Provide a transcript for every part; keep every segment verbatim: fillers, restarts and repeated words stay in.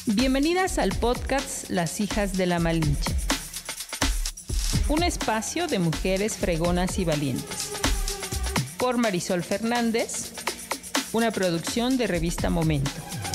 Bienvenidas al podcast Las Hijas de la Malinche. Un espacio de mujeres fregonas y valientes. Por Marisol Fernández, una producción de Revista Momento.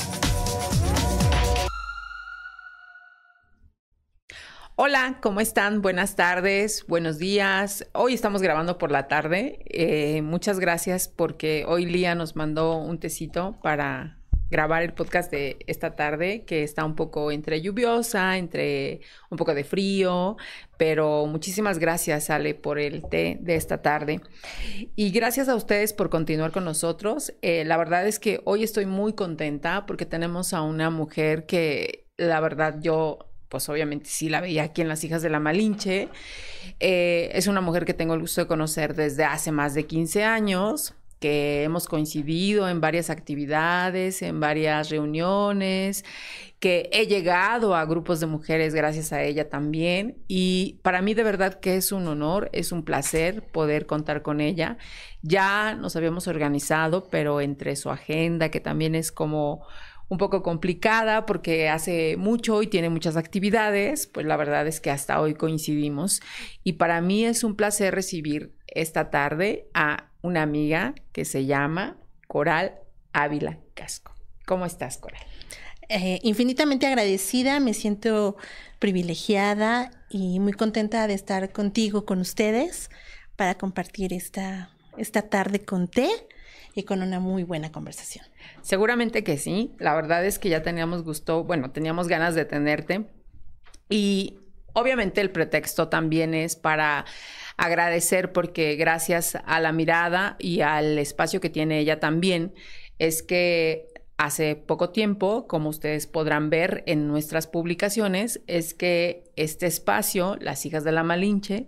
Hola, ¿cómo están? Buenas tardes, buenos días. Hoy estamos grabando por la tarde. Eh, muchas gracias porque hoy Lía nos mandó un tecito para grabar el podcast de esta tarde, que está un poco entre lluviosa, entre un poco de frío, pero muchísimas gracias, Ale, por el té de esta tarde. Y gracias a ustedes por continuar con nosotros. Eh, la verdad es que hoy estoy muy contenta porque tenemos a una mujer que, la verdad, yo... pues obviamente sí la veía aquí en Las Hijas de la Malinche. Eh, es una mujer que tengo el gusto de conocer desde hace más de quince años, que hemos coincidido en varias actividades, en varias reuniones, que he llegado a grupos de mujeres gracias a ella también. Y para mí de verdad que es un honor, es un placer poder contar con ella. Ya nos habíamos organizado, pero entre su agenda, que también es como... un poco complicada porque hace mucho y tiene muchas actividades, pues la verdad es que hasta hoy coincidimos. Y para mí es un placer recibir esta tarde a una amiga que se llama Coral Ávila Casco. ¿Cómo estás, Coral? Eh, infinitamente agradecida, me siento privilegiada y muy contenta de estar contigo, con ustedes, para compartir esta, esta tarde con té y con una muy buena conversación. Seguramente que sí. La verdad es que ya teníamos gusto, bueno, teníamos ganas de tenerte. Y obviamente el pretexto también es para agradecer, porque gracias a la mirada y al espacio que tiene ella también, es que hace poco tiempo, como ustedes podrán ver en nuestras publicaciones, es que este espacio, Las Hijas de la Malinche,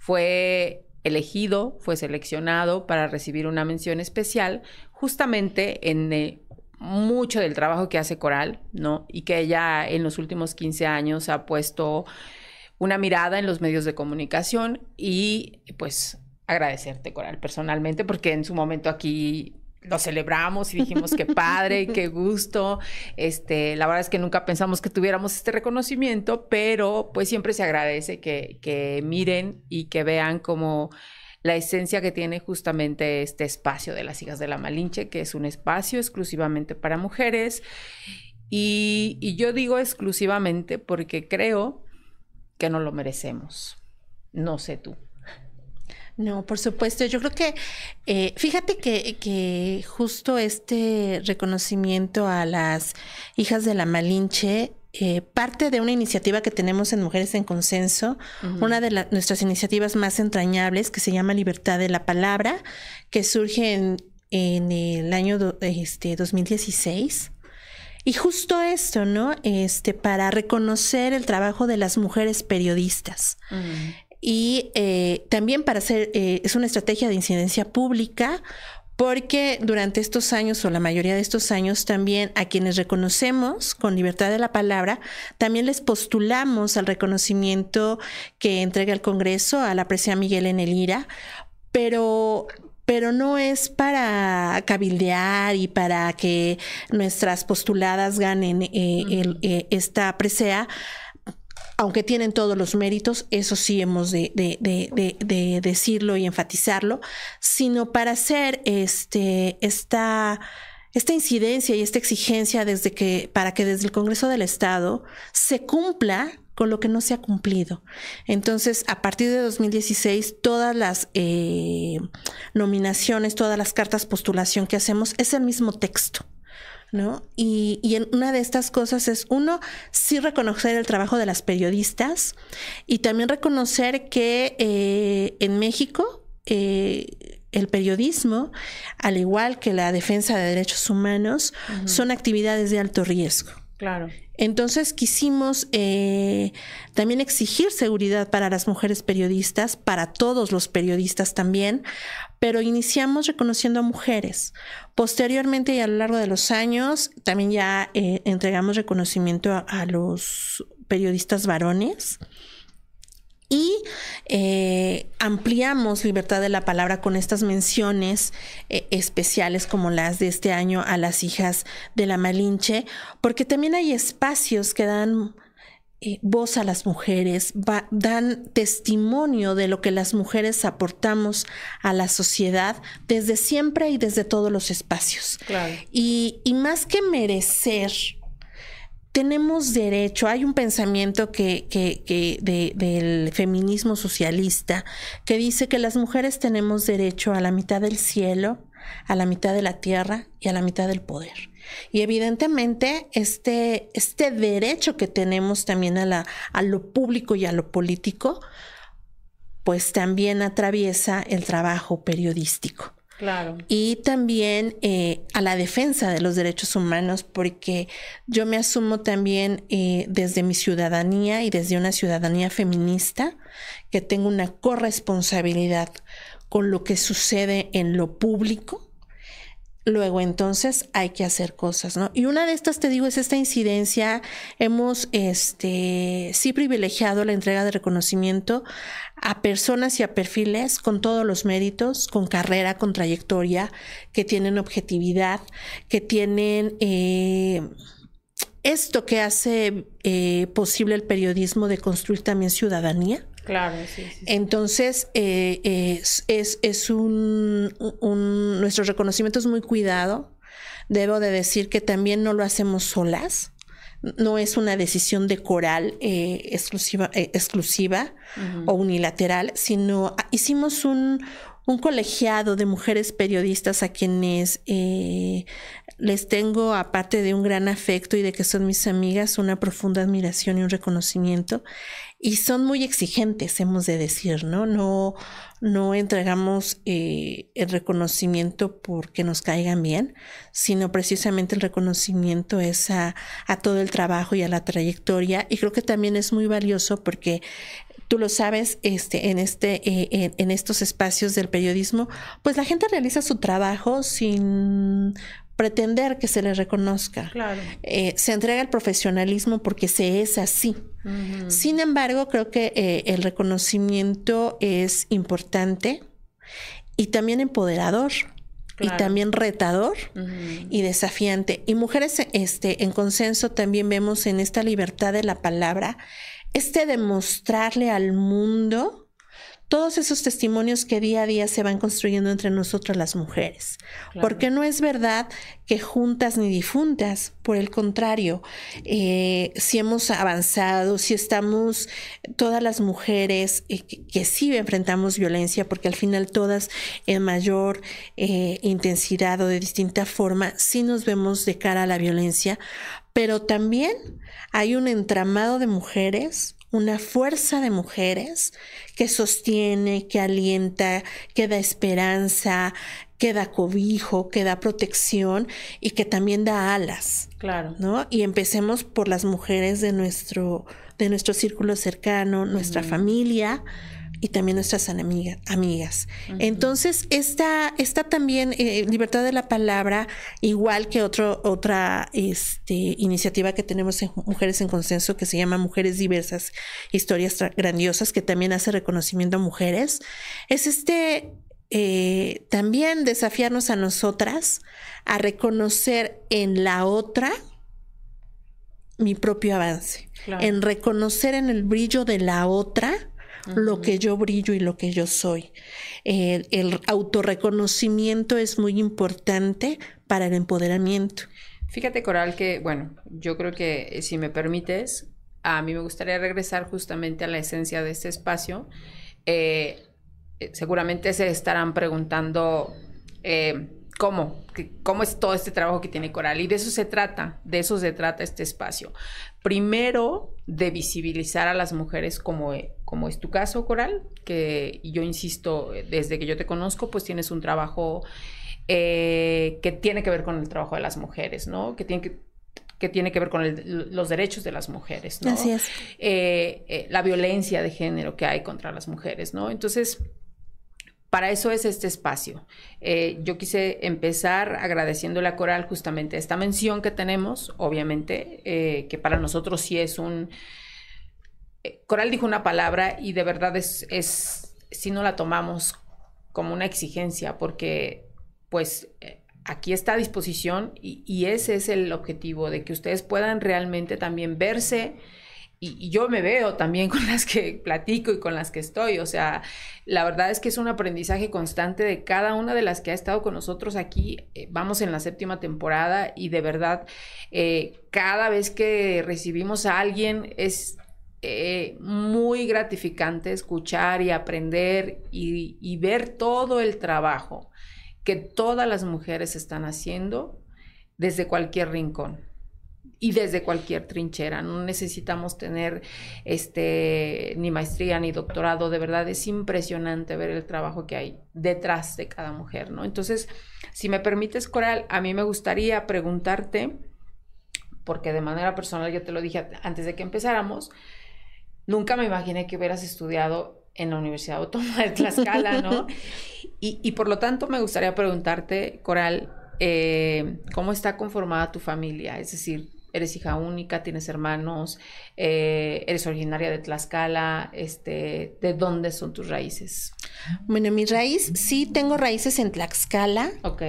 fue elegido, fue seleccionado para recibir una mención especial justamente en eh, mucho del trabajo que hace Coral, ¿no? Y que ella en los últimos quince años ha puesto una mirada en los medios de comunicación. Y pues agradecerte, Coral, personalmente, porque en su momento aquí lo celebramos y dijimos qué padre, qué gusto. Este, la verdad es que nunca pensamos que tuviéramos este reconocimiento, pero pues siempre se agradece que, que miren y que vean como la esencia que tiene justamente este espacio de Las Hijas de la Malinche, que es un espacio exclusivamente para mujeres. Y, y yo digo exclusivamente porque creo que no lo merecemos. No sé tú. No, por supuesto. Yo creo que, eh, fíjate que, que justo este reconocimiento a las hijas de la Malinche eh, parte de una iniciativa que tenemos en Mujeres en Consenso, uh-huh. una de la, nuestras iniciativas más entrañables, que se llama Libertad de la Palabra, que surge en, en el año do, este, dos mil dieciséis. Y justo esto, ¿no? Este, para reconocer el trabajo de las mujeres periodistas. Uh-huh. Y eh, también para hacer, eh, es una estrategia de incidencia pública, porque durante estos años, o la mayoría de estos años, también a quienes reconocemos con libertad de la palabra, también les postulamos al reconocimiento que entrega el Congreso a la presea Miguel N. Lira, pero... pero no es para cabildear y para que nuestras postuladas ganen eh, uh-huh. el, eh, esta presea, aunque tienen todos los méritos, eso sí hemos de, de, de, de, de decirlo y enfatizarlo, sino para hacer este, esta, esta incidencia y esta exigencia desde que, para que desde el Congreso del Estado se cumpla con lo que no se ha cumplido. Entonces, a partir de dos mil dieciséis, todas las eh, nominaciones, todas las cartas postulación que hacemos es el mismo texto, ¿no? Y, y en una de estas cosas es, uno, sí reconocer el trabajo de las periodistas y también reconocer que eh, en México eh, el periodismo, al igual que la defensa de derechos humanos, uh-huh. son actividades de alto riesgo. Claro. Entonces quisimos eh, también exigir seguridad para las mujeres periodistas, para todos los periodistas también, pero iniciamos reconociendo a mujeres. Posteriormente y a lo largo de los años también ya eh, entregamos reconocimiento a, a los periodistas varones. Y eh, ampliamos libertad de la palabra con estas menciones eh, especiales como las de este año a las hijas de la Malinche, porque también hay espacios que dan eh, voz a las mujeres, va, dan testimonio de lo que las mujeres aportamos a la sociedad desde siempre y desde todos los espacios. Claro. Y, y más que merecer, tenemos derecho. Hay un pensamiento que, que, que de, del feminismo socialista que dice que las mujeres tenemos derecho a la mitad del cielo, a la mitad de la tierra y a la mitad del poder. Y evidentemente este, este derecho que tenemos también a, la, a lo público y a lo político, pues también atraviesa el trabajo periodístico. Claro. Y también eh, a la defensa de los derechos humanos, porque yo me asumo también eh, desde mi ciudadanía y desde una ciudadanía feminista, que tengo una corresponsabilidad con lo que sucede en lo público. Luego, entonces, hay que hacer cosas, ¿no? Y una de estas, te digo, es esta incidencia. Hemos, este, sí privilegiado la entrega de reconocimiento a personas y a perfiles con todos los méritos, con carrera, con trayectoria, que tienen objetividad, que tienen eh, esto que hace eh, posible el periodismo de construir también ciudadanía. Claro, sí, sí, sí. Entonces, eh, es, es, es un, un... Nuestro reconocimiento es muy cuidado. Debo de decir que también no lo hacemos solas. No es una decisión de coral eh, exclusiva, eh, exclusiva uh-huh. o unilateral, sino hicimos un, un colegiado de mujeres periodistas a quienes eh, les tengo, aparte de un gran afecto y de que son mis amigas, una profunda admiración y un reconocimiento. Y son muy exigentes, hemos de decir, ¿no? No, no entregamos eh, el reconocimiento porque nos caigan bien, sino precisamente el reconocimiento es a, a todo el trabajo y a la trayectoria. Y creo que también es muy valioso porque tú lo sabes, este, en este, eh, en, en estos espacios del periodismo, pues la gente realiza su trabajo sin pretender que se le reconozca. Claro. Eh, se entrega el profesionalismo porque se es así. Uh-huh. Sin embargo, creo que eh, el reconocimiento es importante y también empoderador. Claro. Y también retador uh-huh. y desafiante. Y mujeres este, en consenso también vemos en esta libertad de la palabra, este demostrarle al mundo todos esos testimonios que día a día se van construyendo entre nosotras las mujeres. Claro. Porque no es verdad que juntas ni difuntas, por el contrario, eh, si hemos avanzado, si estamos todas las mujeres eh, que, que sí enfrentamos violencia, porque al final todas en mayor eh, intensidad o de distinta forma, sí nos vemos de cara a la violencia, pero también hay un entramado de mujeres, una fuerza de mujeres que sostiene, que alienta, que da esperanza, que da cobijo, que da protección y que también da alas. Claro. ¿No? Y empecemos por las mujeres de nuestro, de nuestro círculo cercano, nuestra uh-huh. familia y también nuestras amiga, amigas. Uh-huh. Entonces, esta, esta también eh, libertad de la palabra, igual que otro, otra este, iniciativa que tenemos en Mujeres en Consenso, que se llama Mujeres Diversas, Historias Grandiosas, que también hace reconocimiento a mujeres, es este eh, también desafiarnos a nosotras a reconocer en la otra mi propio avance, claro. en reconocer en el brillo de la otra lo que yo brillo y lo que yo soy. El, el autorreconocimiento es muy importante para el empoderamiento. Fíjate, Coral, que, bueno, yo creo que, si me permites, a mí me gustaría regresar justamente a la esencia de este espacio. Eh, seguramente se estarán preguntando eh, cómo, cómo es todo este trabajo que tiene Coral. Y de eso se trata, de eso se trata este espacio. Primero, de visibilizar a las mujeres como, como es tu caso, Coral, que yo insisto, desde que yo te conozco, pues tienes un trabajo eh, que tiene que ver con el trabajo de las mujeres, ¿no? Que tiene que, que, tiene que ver con el, los derechos de las mujeres, ¿no? Así es. Eh, eh, la violencia de género que hay contra las mujeres, ¿no? Entonces, para eso es este espacio. Eh, yo quise empezar agradeciéndole a Coral justamente esta mención que tenemos, obviamente, eh, que para nosotros sí es un, eh, Coral dijo una palabra y de verdad es, es, si no la tomamos como una exigencia, porque pues eh, aquí está a disposición y, y ese es el objetivo, de que ustedes puedan realmente también verse. Y, y yo me veo también con las que platico y con las que estoy, o sea, la verdad es que es un aprendizaje constante de cada una de las que ha estado con nosotros aquí. Eh, vamos en la séptima temporada y de verdad eh, cada vez que recibimos a alguien es eh, muy gratificante escuchar y aprender y, y ver todo el trabajo que todas las mujeres están haciendo desde cualquier rincón y desde cualquier trinchera. No necesitamos tener este, ni maestría ni doctorado. De verdad es impresionante ver el trabajo que hay detrás de cada mujer, ¿no? Entonces, si me permites, Coral, a mí me gustaría preguntarte, porque de manera personal, yo te lo dije antes de que empezáramos, nunca me imaginé que hubieras estudiado en la Universidad Autónoma de Tlaxcala, ¿no? y, y por lo tanto me gustaría preguntarte, Coral, eh, ¿cómo está conformada tu familia? Es decir, eres hija única, tienes hermanos, eh, eres originaria de Tlaxcala, este, ¿de dónde son tus raíces? Bueno, mi raíz, sí tengo raíces en Tlaxcala. Ok.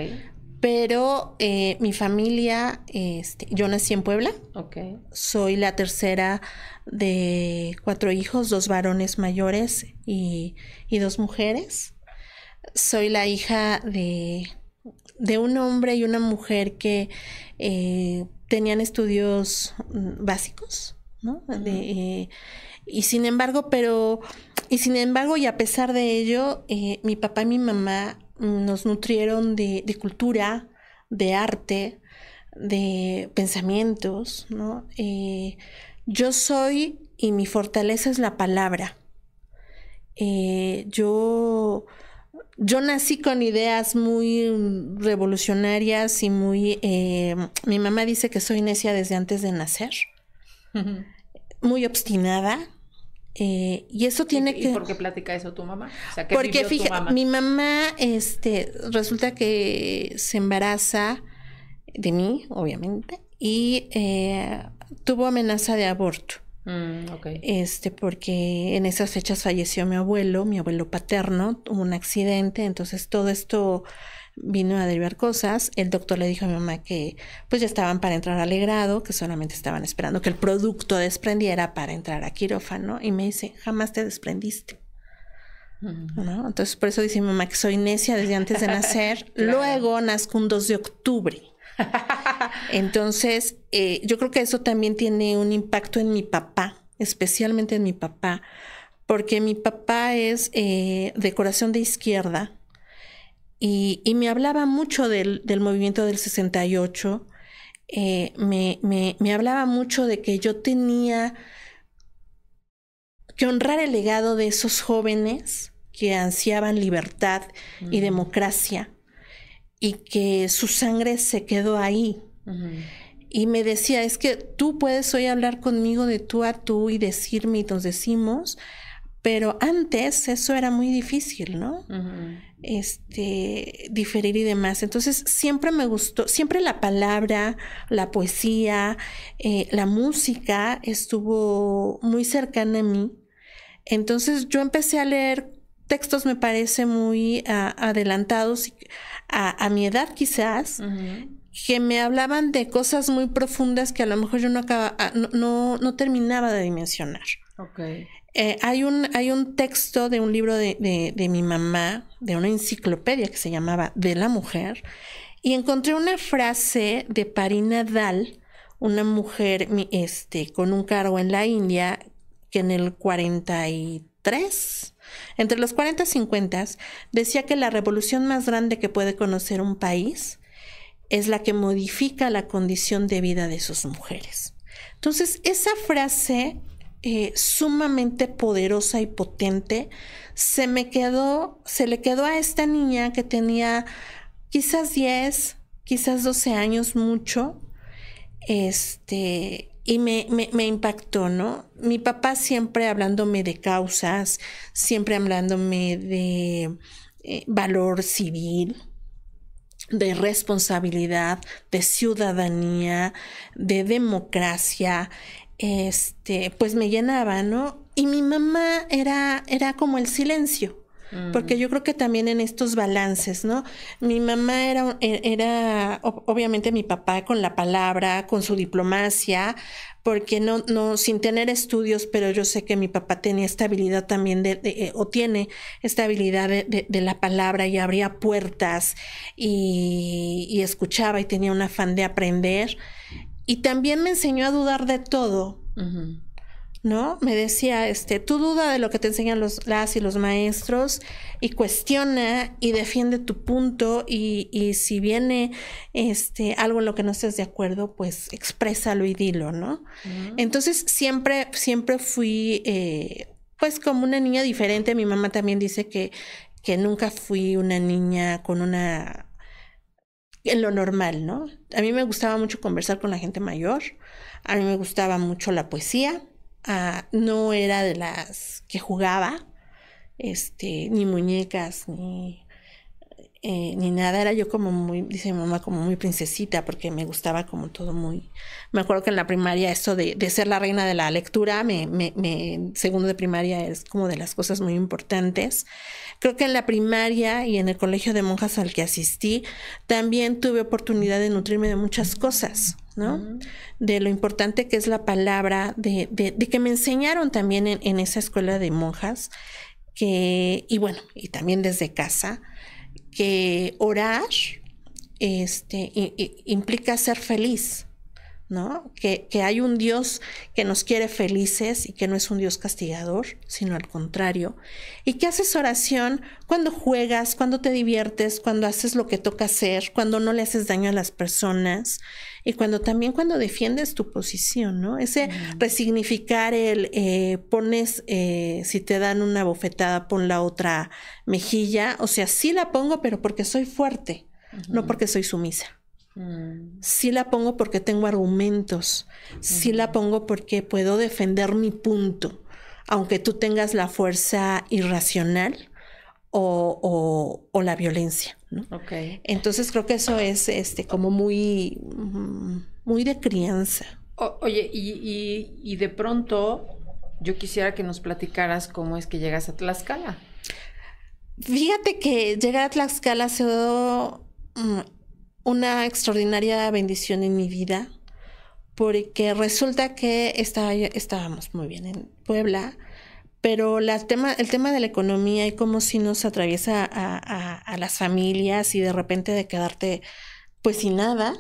Pero eh, mi familia, este, yo nací en Puebla. Ok. Soy la tercera de cuatro hijos, dos varones mayores y, y dos mujeres. Soy la hija de, de un hombre y una mujer que eh, tenían estudios básicos, ¿no? Uh-huh. De, eh, y sin embargo, pero, y sin embargo, y a pesar de ello, eh, mi papá y mi mamá nos nutrieron de, de cultura, de arte, de pensamientos, ¿no? Eh, yo soy, y mi fortaleza es la palabra. Eh, yo, yo nací con ideas muy revolucionarias y muy... Eh, mi mamá dice que soy necia desde antes de nacer, uh-huh. Muy obstinada. Eh, y eso tiene ¿Y, que... ¿Y por qué platica eso tu mamá? O sea, ¿qué porque vivió tu mamá? Mi mamá, este, resulta que se embaraza de mí, obviamente, y eh, tuvo amenaza de aborto. Mm, okay. Este, porque en esas fechas falleció mi abuelo, mi abuelo paterno, tuvo un accidente, entonces todo esto vino a derivar cosas. El doctor le dijo a mi mamá que pues ya estaban para entrar al grado, que solamente estaban esperando que el producto desprendiera para entrar a quirófano, y me dice, jamás te desprendiste. Uh-huh. ¿No? Entonces por eso dice mi mamá que soy necia desde antes de nacer. Claro. Luego nazco un dos de octubre. Entonces eh, yo creo que eso también tiene un impacto en mi papá, especialmente en mi papá, porque mi papá es eh, de corazón de izquierda. Y, y me hablaba mucho del, del movimiento del sesenta y ocho, eh, me, me, me hablaba mucho de que yo tenía que honrar el legado de esos jóvenes que ansiaban libertad uh-huh. y democracia, y que su sangre se quedó ahí. Uh-huh. Y me decía, es que tú puedes hoy hablar conmigo de tú a tú y decirme, y nos decimos, pero antes eso era muy difícil, ¿no? Uh-huh. Este, diferir y demás. Entonces siempre me gustó, siempre la palabra, la poesía, eh, la música estuvo muy cercana a mí. Entonces yo empecé a leer textos, me parece muy uh, adelantados a, a mi edad quizás, uh-huh. que me hablaban de cosas muy profundas que a lo mejor yo no, acaba, no, no, no terminaba de dimensionar. Okay. Eh, hay, un, hay un texto de un libro de, de, de mi mamá, de una enciclopedia que se llamaba De la Mujer, y encontré una frase de Parina Dal, una mujer este, con un cargo en la India, que en el cuarenta y tres, entre los cuarenta y cincuenta, decía que la revolución más grande que puede conocer un país es la que modifica la condición de vida de sus mujeres. Entonces, esa frase... Eh, sumamente poderosa y potente, se me quedó, se le quedó a esta niña que tenía quizás diez, quizás doce años, mucho, este, y me, me, me impactó, ¿no? Mi papá siempre hablándome de causas, siempre hablándome de eh, valor civil, de responsabilidad, de ciudadanía, de democracia. este, pues me llenaba, ¿no? Y mi mamá era, era como el silencio. Porque yo creo que también en estos balances, ¿no? Mi mamá era, era obviamente mi papá con la palabra, con su diplomacia, porque no, no, sin tener estudios, pero yo sé que mi papá tenía esta habilidad también de, de eh, o tiene esta habilidad de, de, de la palabra y abría puertas y, y escuchaba y tenía un afán de aprender. Y también me enseñó a dudar de todo. Uh-huh. ¿No? Me decía, este, tú duda de lo que te enseñan los, las y los maestros y cuestiona y defiende tu punto y, y si viene este, algo en lo que no estés de acuerdo, pues exprésalo y dilo, ¿no? Uh-huh. Entonces siempre, siempre fui, eh, pues como una niña diferente. Mi mamá también dice que, que nunca fui una niña con una... en lo normal, ¿no? A mí me gustaba mucho conversar con la gente mayor, a mí me gustaba mucho la poesía. Uh, no era de las que jugaba, este, ni muñecas, ni, eh, ni nada. Era yo como muy, dice mi mamá, como muy princesita, porque me gustaba como todo muy... Me acuerdo que en la primaria eso de, de ser la reina de la lectura, me, me, me, segundo de primaria es como de las cosas muy importantes. Creo que en la primaria y en el colegio de monjas al que asistí, también tuve oportunidad de nutrirme de muchas cosas, ¿no? Uh-huh. De lo importante que es la palabra, de, de, de que me enseñaron también en, en esa escuela de monjas, que, y bueno, y también desde casa, que orar este, y, y, implica ser feliz, ¿no? Que, que hay un Dios que nos quiere felices y que no es un Dios castigador, sino al contrario. Y que haces oración cuando juegas, cuando te diviertes, cuando haces lo que toca hacer, cuando no le haces daño a las personas y cuando también cuando defiendes tu posición, ¿no? Ese uh-huh. resignificar el eh, pones, eh, si te dan una bofetada, pon la otra mejilla. O sea, sí la pongo, pero porque soy fuerte, uh-huh. no porque soy sumisa. Sí la pongo porque tengo argumentos, uh-huh. sí la pongo porque puedo defender mi punto, aunque tú tengas la fuerza irracional o, o, o la violencia, ¿no? Okay. Entonces creo que eso es este como muy, muy de crianza. O, oye, y, y, y de pronto yo quisiera que nos platicaras cómo es que llegas a Tlaxcala. Fíjate que llegar a Tlaxcala ha sido... Um, una extraordinaria bendición en mi vida, porque resulta que está, estábamos muy bien en Puebla, pero la tema, el tema de la economía y cómo si nos atraviesa a, a, a las familias y de repente de quedarte pues sin nada,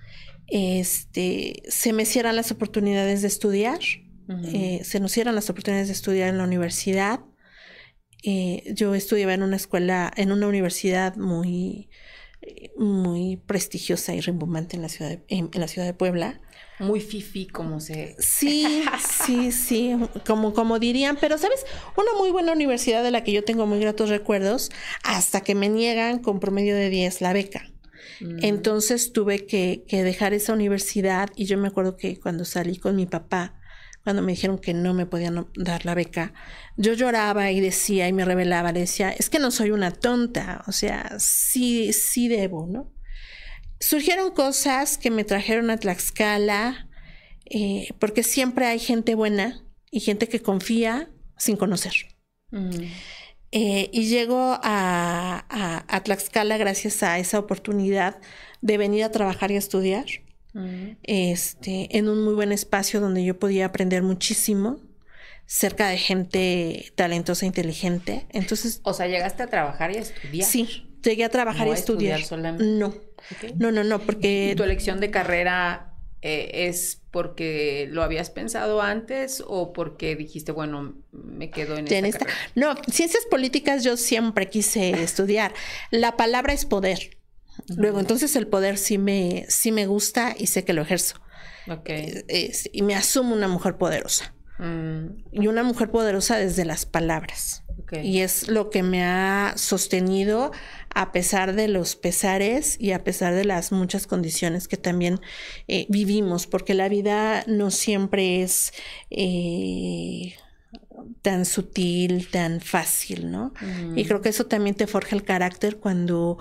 este, se me cierran las oportunidades de estudiar, uh-huh. eh, se nos cierran las oportunidades de estudiar en la universidad. Eh, yo estudiaba en una escuela, en una universidad muy... muy prestigiosa y rimbombante en la ciudad de, en, en la ciudad de Puebla. Muy fifí, como se... Sí, sí, sí, como, como dirían, pero ¿sabes? Una muy buena universidad de la que yo tengo muy gratos recuerdos, hasta que me niegan con promedio de diez la beca. Mm. Entonces tuve que, que dejar esa universidad y yo me acuerdo que cuando salí con mi papá, cuando me dijeron que no me podían dar la beca, yo lloraba y decía y me revelaba, le decía, es que no soy una tonta, o sea, sí, sí debo, ¿no? Surgieron cosas que me trajeron a Tlaxcala, eh, porque siempre hay gente buena y gente que confía sin conocer. Mm. Eh, y llego a, a, a Tlaxcala gracias a esa oportunidad de venir a trabajar y a estudiar. Uh-huh. Este, en un muy buen espacio donde yo podía aprender muchísimo, cerca de gente talentosa e inteligente. Entonces, o sea, llegaste a trabajar y a estudiar. Sí, llegué a trabajar no y a estudiar. estudiar no, okay. no, no, no, porque ¿Y tu elección de carrera eh, es porque lo habías pensado antes o porque dijiste, bueno, me quedo en esta, en esta carrera? No, ciencias políticas yo siempre quise estudiar. La palabra es poder. Luego, entonces el poder sí me, sí me gusta y sé que lo ejerzo. Okay. Es, y me asumo una mujer poderosa. Mm. Y una mujer poderosa desde las palabras. Okay. Y es lo que me ha sostenido a pesar de los pesares y a pesar de las muchas condiciones que también eh, vivimos, porque la vida no siempre es... Eh, tan sutil, tan fácil, ¿no? Mm. Y creo que eso también te forja el carácter cuando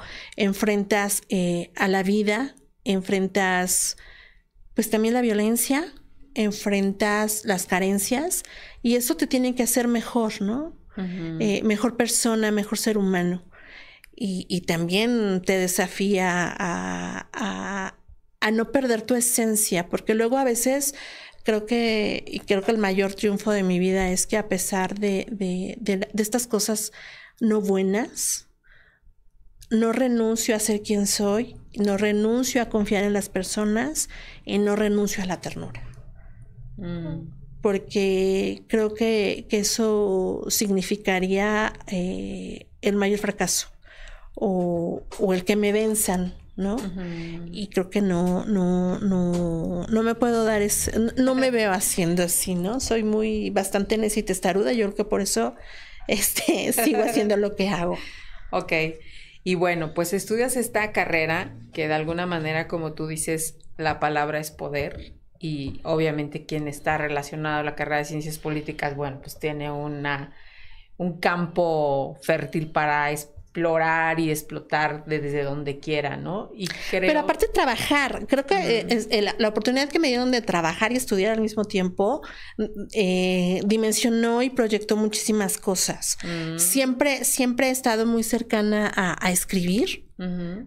enfrentas eh, a la vida, enfrentas pues también la violencia, enfrentas las carencias y eso te tiene que hacer mejor, ¿no? Uh-huh. Eh, mejor persona, mejor ser humano. Y, y también te desafía a, a, a no perder tu esencia, porque luego a veces creo que, y creo que el mayor triunfo de mi vida es que a pesar de, de, de, de estas cosas no buenas, no renuncio a ser quien soy, no renuncio a confiar en las personas y no renuncio a la ternura. Mm. Porque creo que, que eso significaría eh, el mayor fracaso o, o el que me venzan, ¿no? Uh-huh. Y creo que no, no, no, no me puedo dar ese, no, no me veo haciendo así, ¿no? Soy muy bastante necia y testaruda, yo creo que por eso este, sigo haciendo lo que hago. Ok. Y bueno, pues estudias esta carrera que de alguna manera, como tú dices, la palabra es poder y obviamente quien está relacionado a la carrera de ciencias políticas, bueno, pues tiene una, un campo fértil para explorar y explotar desde donde quiera, ¿no? Y creo... Pero aparte de trabajar, creo que mm. es, es, la, la oportunidad que me dieron de trabajar y estudiar al mismo tiempo eh, dimensionó y proyectó muchísimas cosas. Mm. Siempre, siempre he estado muy cercana a, a escribir. Uh-huh.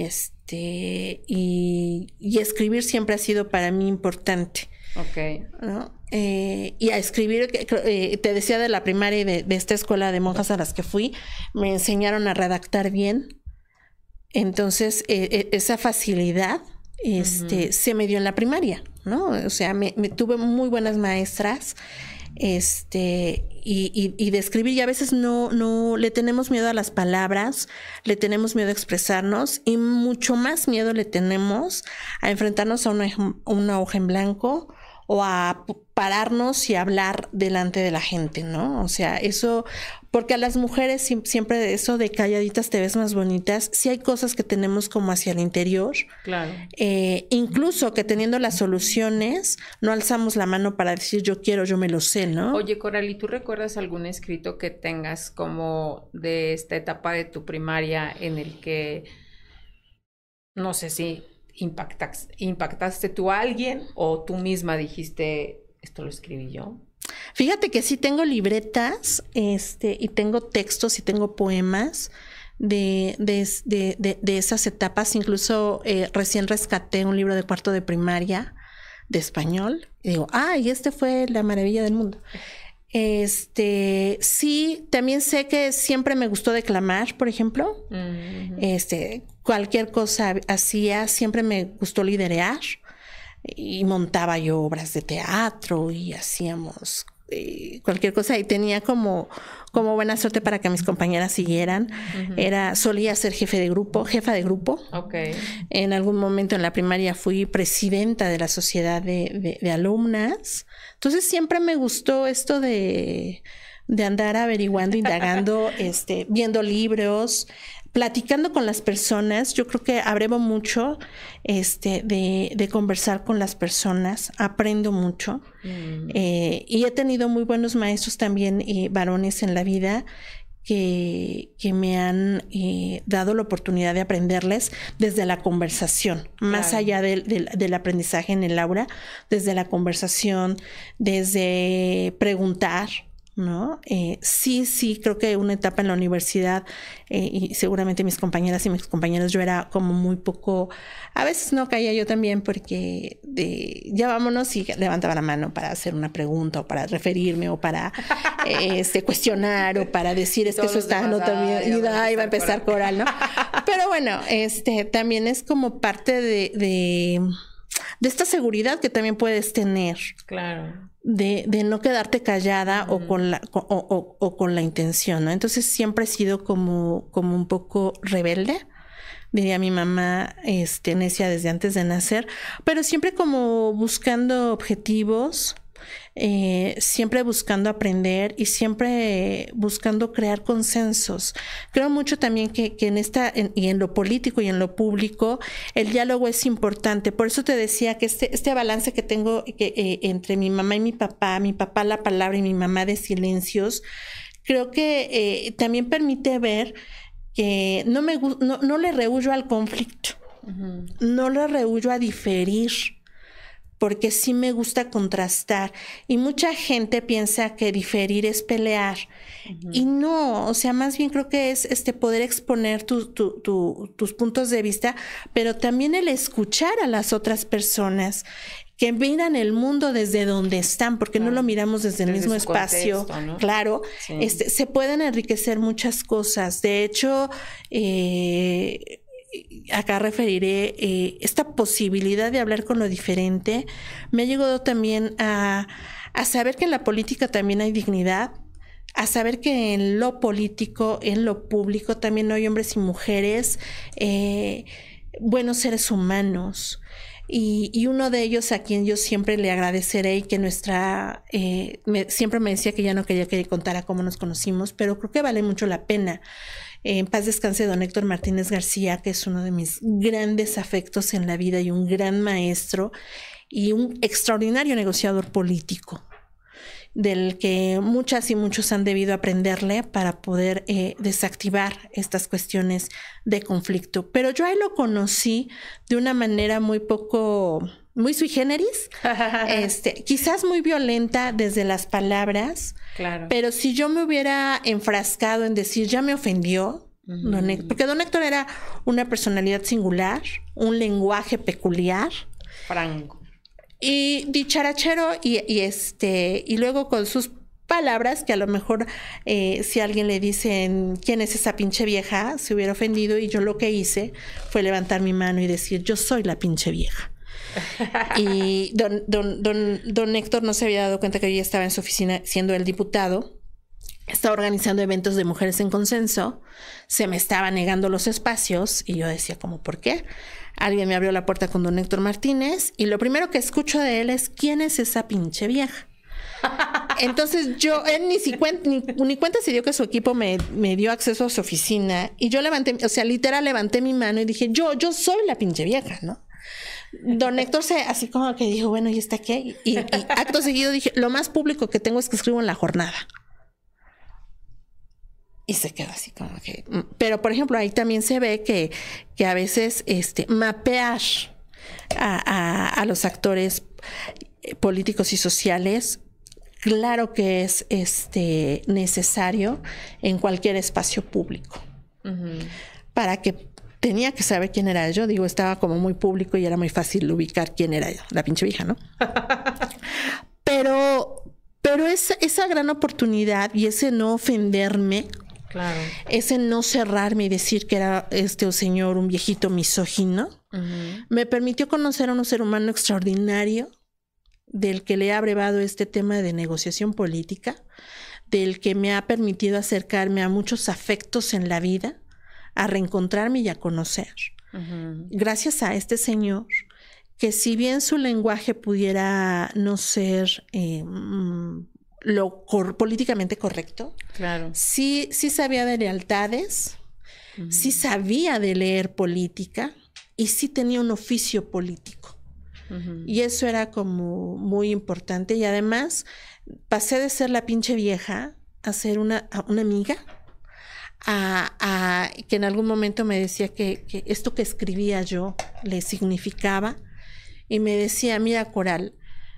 Este, y, y escribir siempre ha sido para mí importante. Okay. ¿No? Eh, y a escribir, eh, te decía de la primaria y de, de esta escuela de monjas a las que fui, me enseñaron a redactar bien. Entonces, eh, esa facilidad este, uh-huh. se me dio en la primaria, ¿no? O sea, me, me tuve muy buenas maestras. Este, y, y, y de escribir, y a veces no, no le tenemos miedo a las palabras, le tenemos miedo a expresarnos, y mucho más miedo le tenemos a enfrentarnos a una, una hoja en blanco o a pararnos y hablar delante de la gente, ¿no? O sea, eso, porque a las mujeres siempre eso de calladitas te ves más bonitas, sí hay cosas que tenemos como hacia el interior. Claro. Eh, incluso que teniendo las soluciones, no alzamos la mano para decir yo quiero, yo me lo sé, ¿no? Oye, Coral, ¿y tú recuerdas algún escrito que tengas como de esta etapa de tu primaria en el que, no sé si impactas, impactaste tú a alguien o tú misma dijiste, esto lo escribí yo? Fíjate que sí tengo libretas, este, y tengo textos y tengo poemas de, de, de, de, de esas etapas. Incluso eh, recién rescaté un libro de cuarto de primaria de español. Y digo, ay, este fue la maravilla del mundo. Este, sí, también sé que siempre me gustó declamar, por ejemplo. Uh-huh. Este, cualquier cosa hacía, siempre me gustó liderear. Y montaba yo obras de teatro y hacíamos eh, cualquier cosa y tenía como, como buena suerte para que mis compañeras siguieran. Uh-huh. Era, solía ser jefe de grupo, jefa de grupo. Okay. En algún momento en la primaria fui presidenta de la sociedad de, de, de alumnas. Entonces siempre me gustó esto de, de andar averiguando, indagando, este, viendo libros, platicando con las personas. Yo creo que abrevo mucho este, de, de conversar con las personas, aprendo mucho. Mm. Eh, y he tenido muy buenos maestros también, eh, varones en la vida, que, que me han eh, dado la oportunidad de aprenderles desde la conversación, claro. Más allá del, del, del aprendizaje en el aula, desde la conversación, desde preguntar, ¿no? Eh, sí, sí, creo que una etapa en la universidad eh, y seguramente mis compañeras y mis compañeros, yo era como muy poco, a veces no caía yo también porque de, ya vámonos y levantaba la mano para hacer una pregunta o para referirme o para eh, este, cuestionar o para decir es que eso está no también y va a empezar coral, ¿no? Pero bueno, este también es como parte de, de, de esta seguridad que también puedes tener. Claro. De, de no quedarte callada uh-huh. o, con la, o, o, o con la intención, ¿no? Entonces siempre he sido como, como un poco rebelde, diría mi mamá, este, necia desde antes de nacer, pero siempre como buscando objetivos, eh, siempre buscando aprender y siempre buscando crear consensos. Creo mucho también que, que en esta, en, y en lo político y en lo público, el diálogo es importante. Por eso te decía que este, este balance que tengo que, eh, entre mi mamá y mi papá, mi papá la palabra y mi mamá de silencios, creo que eh, también permite ver que no, me, no, no le rehuyo al conflicto, uh-huh. no le rehuyo a diferir, porque sí me gusta contrastar. Y mucha gente piensa que diferir es pelear. Uh-huh. Y no, o sea, más bien creo que es este poder exponer tu, tu, tu, tus puntos de vista, pero también el escuchar a las otras personas que miran el mundo desde donde están, porque claro, no lo miramos desde, desde el mismo espacio, contexto, ¿no? Claro, sí. este, se pueden enriquecer muchas cosas. De hecho, eh, acá referiré eh, esta posibilidad de hablar con lo diferente. Me ha llegado también a, a saber que en la política también hay dignidad, a saber que en lo político, en lo público también hay hombres y mujeres, eh, buenos seres humanos. Y, y uno de ellos a quien yo siempre le agradeceré y que nuestra, eh, me, siempre me decía que ya no quería que le contara cómo nos conocimos, pero creo que vale mucho la pena. Eh, en paz descanse don Héctor Martínez García, que es uno de mis grandes afectos en la vida y un gran maestro y un extraordinario negociador político, del que muchas y muchos han debido aprenderle para poder eh, desactivar estas cuestiones de conflicto. Pero yo a él lo conocí de una manera muy poco, muy sui generis, este, quizás muy violenta desde las palabras, claro. Pero si yo me hubiera enfrascado en decir, ya me ofendió, uh-huh. don Héctor, porque don Héctor era una personalidad singular, un lenguaje peculiar. Franco. Y dicharachero y, y este y luego con sus palabras que a lo mejor eh, si a alguien le dicen quién es esa pinche vieja se hubiera ofendido, y yo lo que hice fue levantar mi mano y decir yo soy la pinche vieja. Y don, don, don, don Héctor no se había dado cuenta que yo ya estaba en su oficina siendo el diputado. Estaba organizando eventos de mujeres en consenso, se me estaba negando los espacios y yo decía como ¿por qué? Alguien me abrió la puerta con don Héctor Martínez y lo primero que escucho de él es ¿quién es esa pinche vieja? Entonces yo, él ni, si cuen, ni, ni cuenta se dio que su equipo me, me dio acceso a su oficina y yo levanté, o sea, literal levanté mi mano y dije yo, yo soy la pinche vieja, ¿no? Don Héctor se así como que dijo, bueno, ¿y está qué? Y, y acto seguido dije, lo más público que tengo es que escribo en La Jornada. Y se quedó así como que... Pero, por ejemplo, ahí también se ve que, que a veces este, mapear a, a, a los actores políticos y sociales, claro que es este, necesario en cualquier espacio público. Uh-huh. Para que tenía que saber quién era yo. Digo, estaba como muy público y era muy fácil ubicar quién era yo. La pinche vieja, ¿no? Pero, pero esa, esa gran oportunidad y ese no ofenderme... Claro. Ese no cerrarme y decir que era este señor un viejito misógino, uh-huh. me permitió conocer a un ser humano extraordinario del que le he abrevado este tema de negociación política, del que me ha permitido acercarme a muchos afectos en la vida, a reencontrarme y a conocer. Uh-huh. Gracias a este señor, que si bien su lenguaje pudiera no ser... Eh, lo cor- políticamente correcto, claro. sí, sí sabía de lealtades, uh-huh. sí sabía de leer política y sí tenía un oficio político. Uh-huh. Y eso era como muy importante. Y además pasé de ser la pinche vieja a ser una, a una amiga, a, a que en algún momento me decía que, que esto que escribía yo le significaba y me decía, mira, Coral,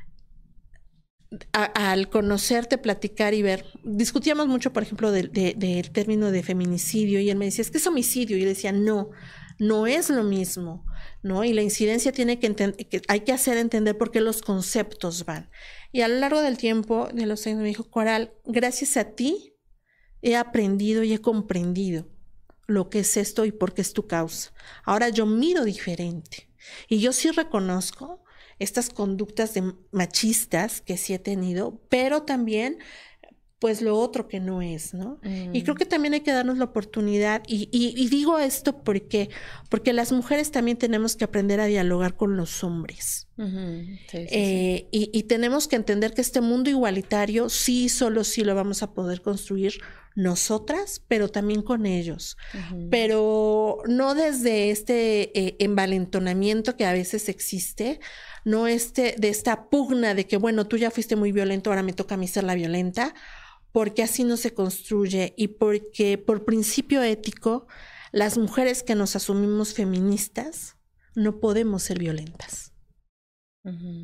A, al conocerte, platicar y ver, discutíamos mucho, por ejemplo, del de, de término de feminicidio y él me decía, es que es homicidio, y yo decía, no, no es lo mismo, ¿no? Y la incidencia tiene que entender, que hay que hacer entender por qué los conceptos van. Y a lo largo del tiempo, de los años, me dijo, Coral, gracias a ti he aprendido y he comprendido lo que es esto y por qué es tu causa. Ahora yo miro diferente y yo sí reconozco estas conductas de machistas que sí he tenido, pero también pues lo otro que no es, ¿no? Mm. Y creo que también hay que darnos la oportunidad, y, y, y digo esto porque, porque las mujeres también tenemos que aprender a dialogar con los hombres. Uh-huh. Sí, sí, eh, sí. Y, y tenemos que entender que este mundo igualitario sí, solo sí lo vamos a poder construir nosotras, pero también con ellos. Uh-huh. Pero no desde este eh, envalentonamiento que a veces existe, no este, de esta pugna de que, bueno, tú ya fuiste muy violento, ahora me toca a mí ser la violenta, porque así no se construye y porque por principio ético, las mujeres que nos asumimos feministas no podemos ser violentas. Uh-huh.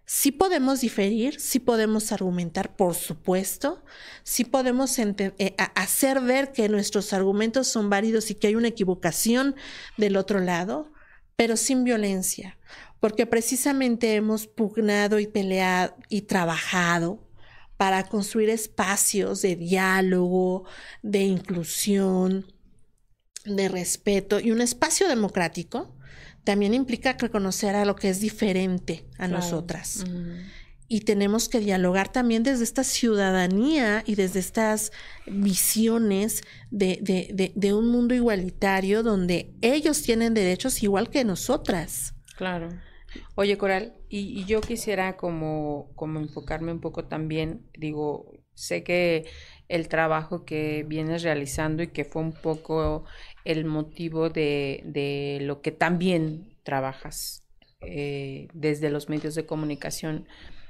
Sí podemos diferir, sí podemos argumentar, por supuesto, sí podemos ente- eh, hacer ver que nuestros argumentos son válidos y que hay una equivocación del otro lado, pero sin violencia, porque precisamente hemos pugnado y peleado y trabajado para construir espacios de diálogo, de inclusión, de respeto, y un espacio democrático también implica reconocer a lo que es diferente a claro. nosotras. Uh-huh. Y tenemos que dialogar también desde esta ciudadanía y desde estas visiones de, de, de, de un mundo igualitario donde ellos tienen derechos igual que nosotras. Claro. Oye, Coral, y, y yo quisiera como, como enfocarme un poco también, digo, sé que el trabajo que vienes realizando y que fue un poco el motivo de, de lo que también trabajas eh, desde los medios de comunicación.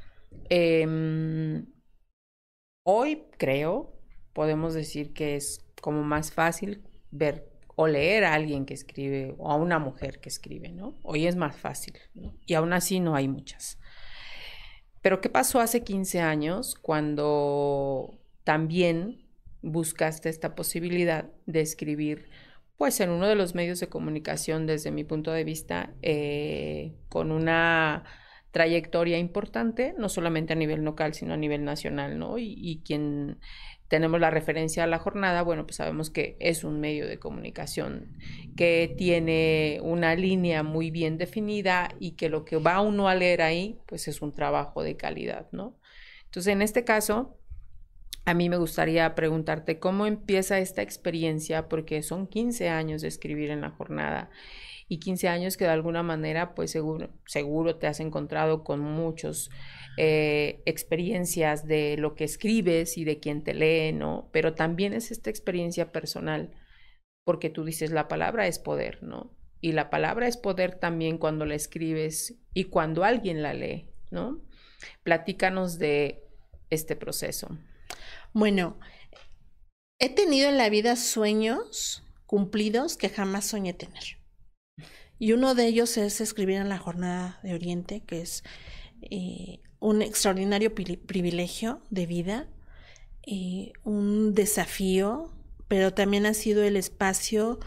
Eh, hoy creo, podemos decir que es como más fácil ver o leer a alguien que escribe o a una mujer que escribe, ¿no? Hoy es más fácil, ¿no? Y aún así no hay muchas. Pero ¿qué pasó hace quince años cuando también buscaste esta posibilidad de escribir, pues en uno de los medios de comunicación, desde mi punto de vista, eh, con una trayectoria importante, no solamente a nivel local, sino a nivel nacional, ¿no? Y, y quien tenemos la referencia a La Jornada, bueno, pues sabemos que es un medio de comunicación que tiene una línea muy bien definida y que lo que va uno a leer ahí, pues es un trabajo de calidad, ¿no? Entonces, en este caso, a mí me gustaría preguntarte cómo empieza esta experiencia, porque son quince años de escribir en La Jornada y quince años que de alguna manera, pues seguro, seguro te has encontrado con muchos eh, experiencias de lo que escribes y de quien te lee, ¿no? Pero también es esta experiencia personal, porque tú dices la palabra es poder, ¿no? Y la palabra es poder también cuando la escribes y cuando alguien la lee, ¿no? Platícanos de este proceso. Bueno, he tenido en la vida sueños cumplidos que jamás soñé tener. Y uno de ellos es escribir en La Jornada de Oriente, que es eh, un extraordinario privilegio de vida, eh, un desafío, pero también ha sido el espacio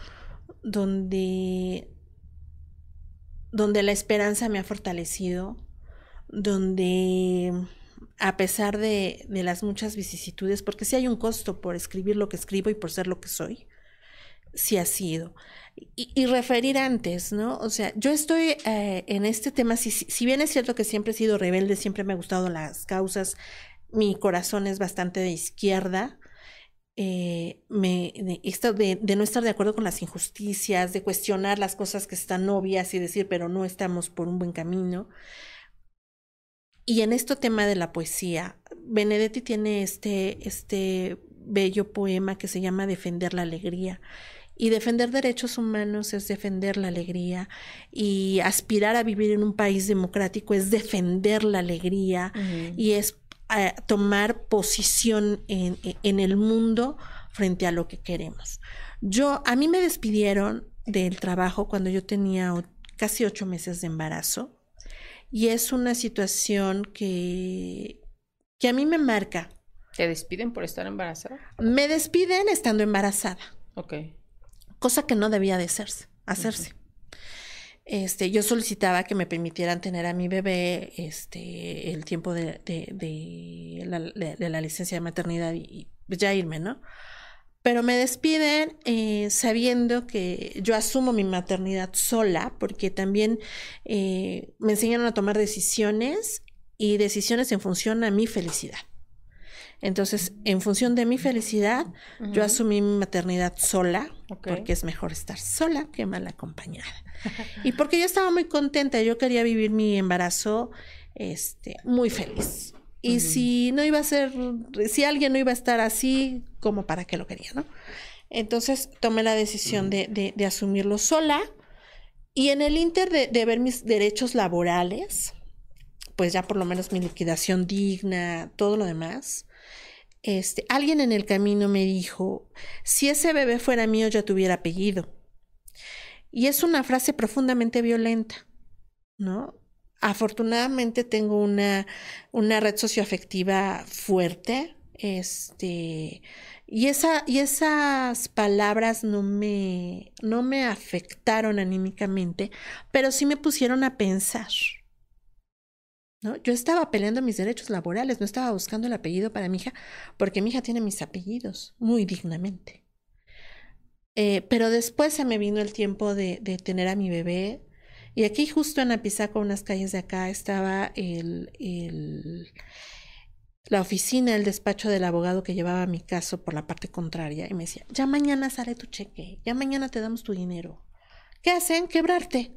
donde, donde la esperanza me ha fortalecido, donde a pesar de, de las muchas vicisitudes, porque sí hay un costo por escribir lo que escribo y por ser lo que soy, sí ha sido. Y, y referir antes, ¿no? O sea, yo estoy eh, en este tema, si, si bien es cierto que siempre he sido rebelde, siempre me ha gustado las causas, mi corazón es bastante de izquierda, eh, me, de, esto de, de no estar de acuerdo con las injusticias, de cuestionar las cosas que están obvias y decir, pero no estamos por un buen camino. Y en este tema de la poesía, Benedetti tiene este, este bello poema que se llama Defender la Alegría. Y defender derechos humanos es defender la alegría, y aspirar a vivir en un país democrático es defender la alegría, uh-huh. y es uh, tomar posición en, en el mundo frente a lo que queremos. Yo, a mí me despidieron del trabajo cuando yo tenía o, casi ocho meses de embarazo, y es una situación que, que a mí me marca. ¿Te despiden por estar embarazada? Me despiden estando embarazada. Ok. Cosa que no debía de hacerse. hacerse. Uh-huh. Este, yo solicitaba que me permitieran tener a mi bebé este, el tiempo de, de, de, la, de, de la licencia de maternidad y, y ya irme, ¿no? Pero me despiden eh, sabiendo que yo asumo mi maternidad sola, porque también eh, me enseñaron a tomar decisiones y decisiones en función a mi felicidad. Entonces, en función de mi felicidad, uh-huh. yo asumí mi maternidad sola, okay. porque es mejor estar sola que mal acompañada. Y porque yo estaba muy contenta, yo quería vivir mi embarazo este, muy feliz. Y uh-huh. si no iba a ser, si alguien no iba a estar así, como para qué lo quería, ¿no? Entonces, tomé la decisión uh-huh. de, de, de asumirlo sola. Y en el inter de, de ver mis derechos laborales, pues ya por lo menos mi liquidación digna, todo lo demás... Este, alguien en el camino me dijo, si ese bebé fuera mío ya tuviera apellido. Y es una frase profundamente violenta, ¿no? afortunadamente tengo una, una red socioafectiva fuerte, este, y, esa, y esas palabras no me, no me afectaron anímicamente, pero sí me pusieron a pensar, ¿no? Yo estaba peleando mis derechos laborales, no estaba buscando el apellido para mi hija, porque mi hija tiene mis apellidos muy dignamente. Eh, pero después se me vino el tiempo de, de tener a mi bebé. Y aquí justo en Apizaco, unas calles de acá, estaba el, el, la oficina, el despacho del abogado que llevaba mi caso por la parte contraria. Y me decía, ya mañana sale tu cheque, ya mañana te damos tu dinero. ¿Qué hacen? Quebrarte.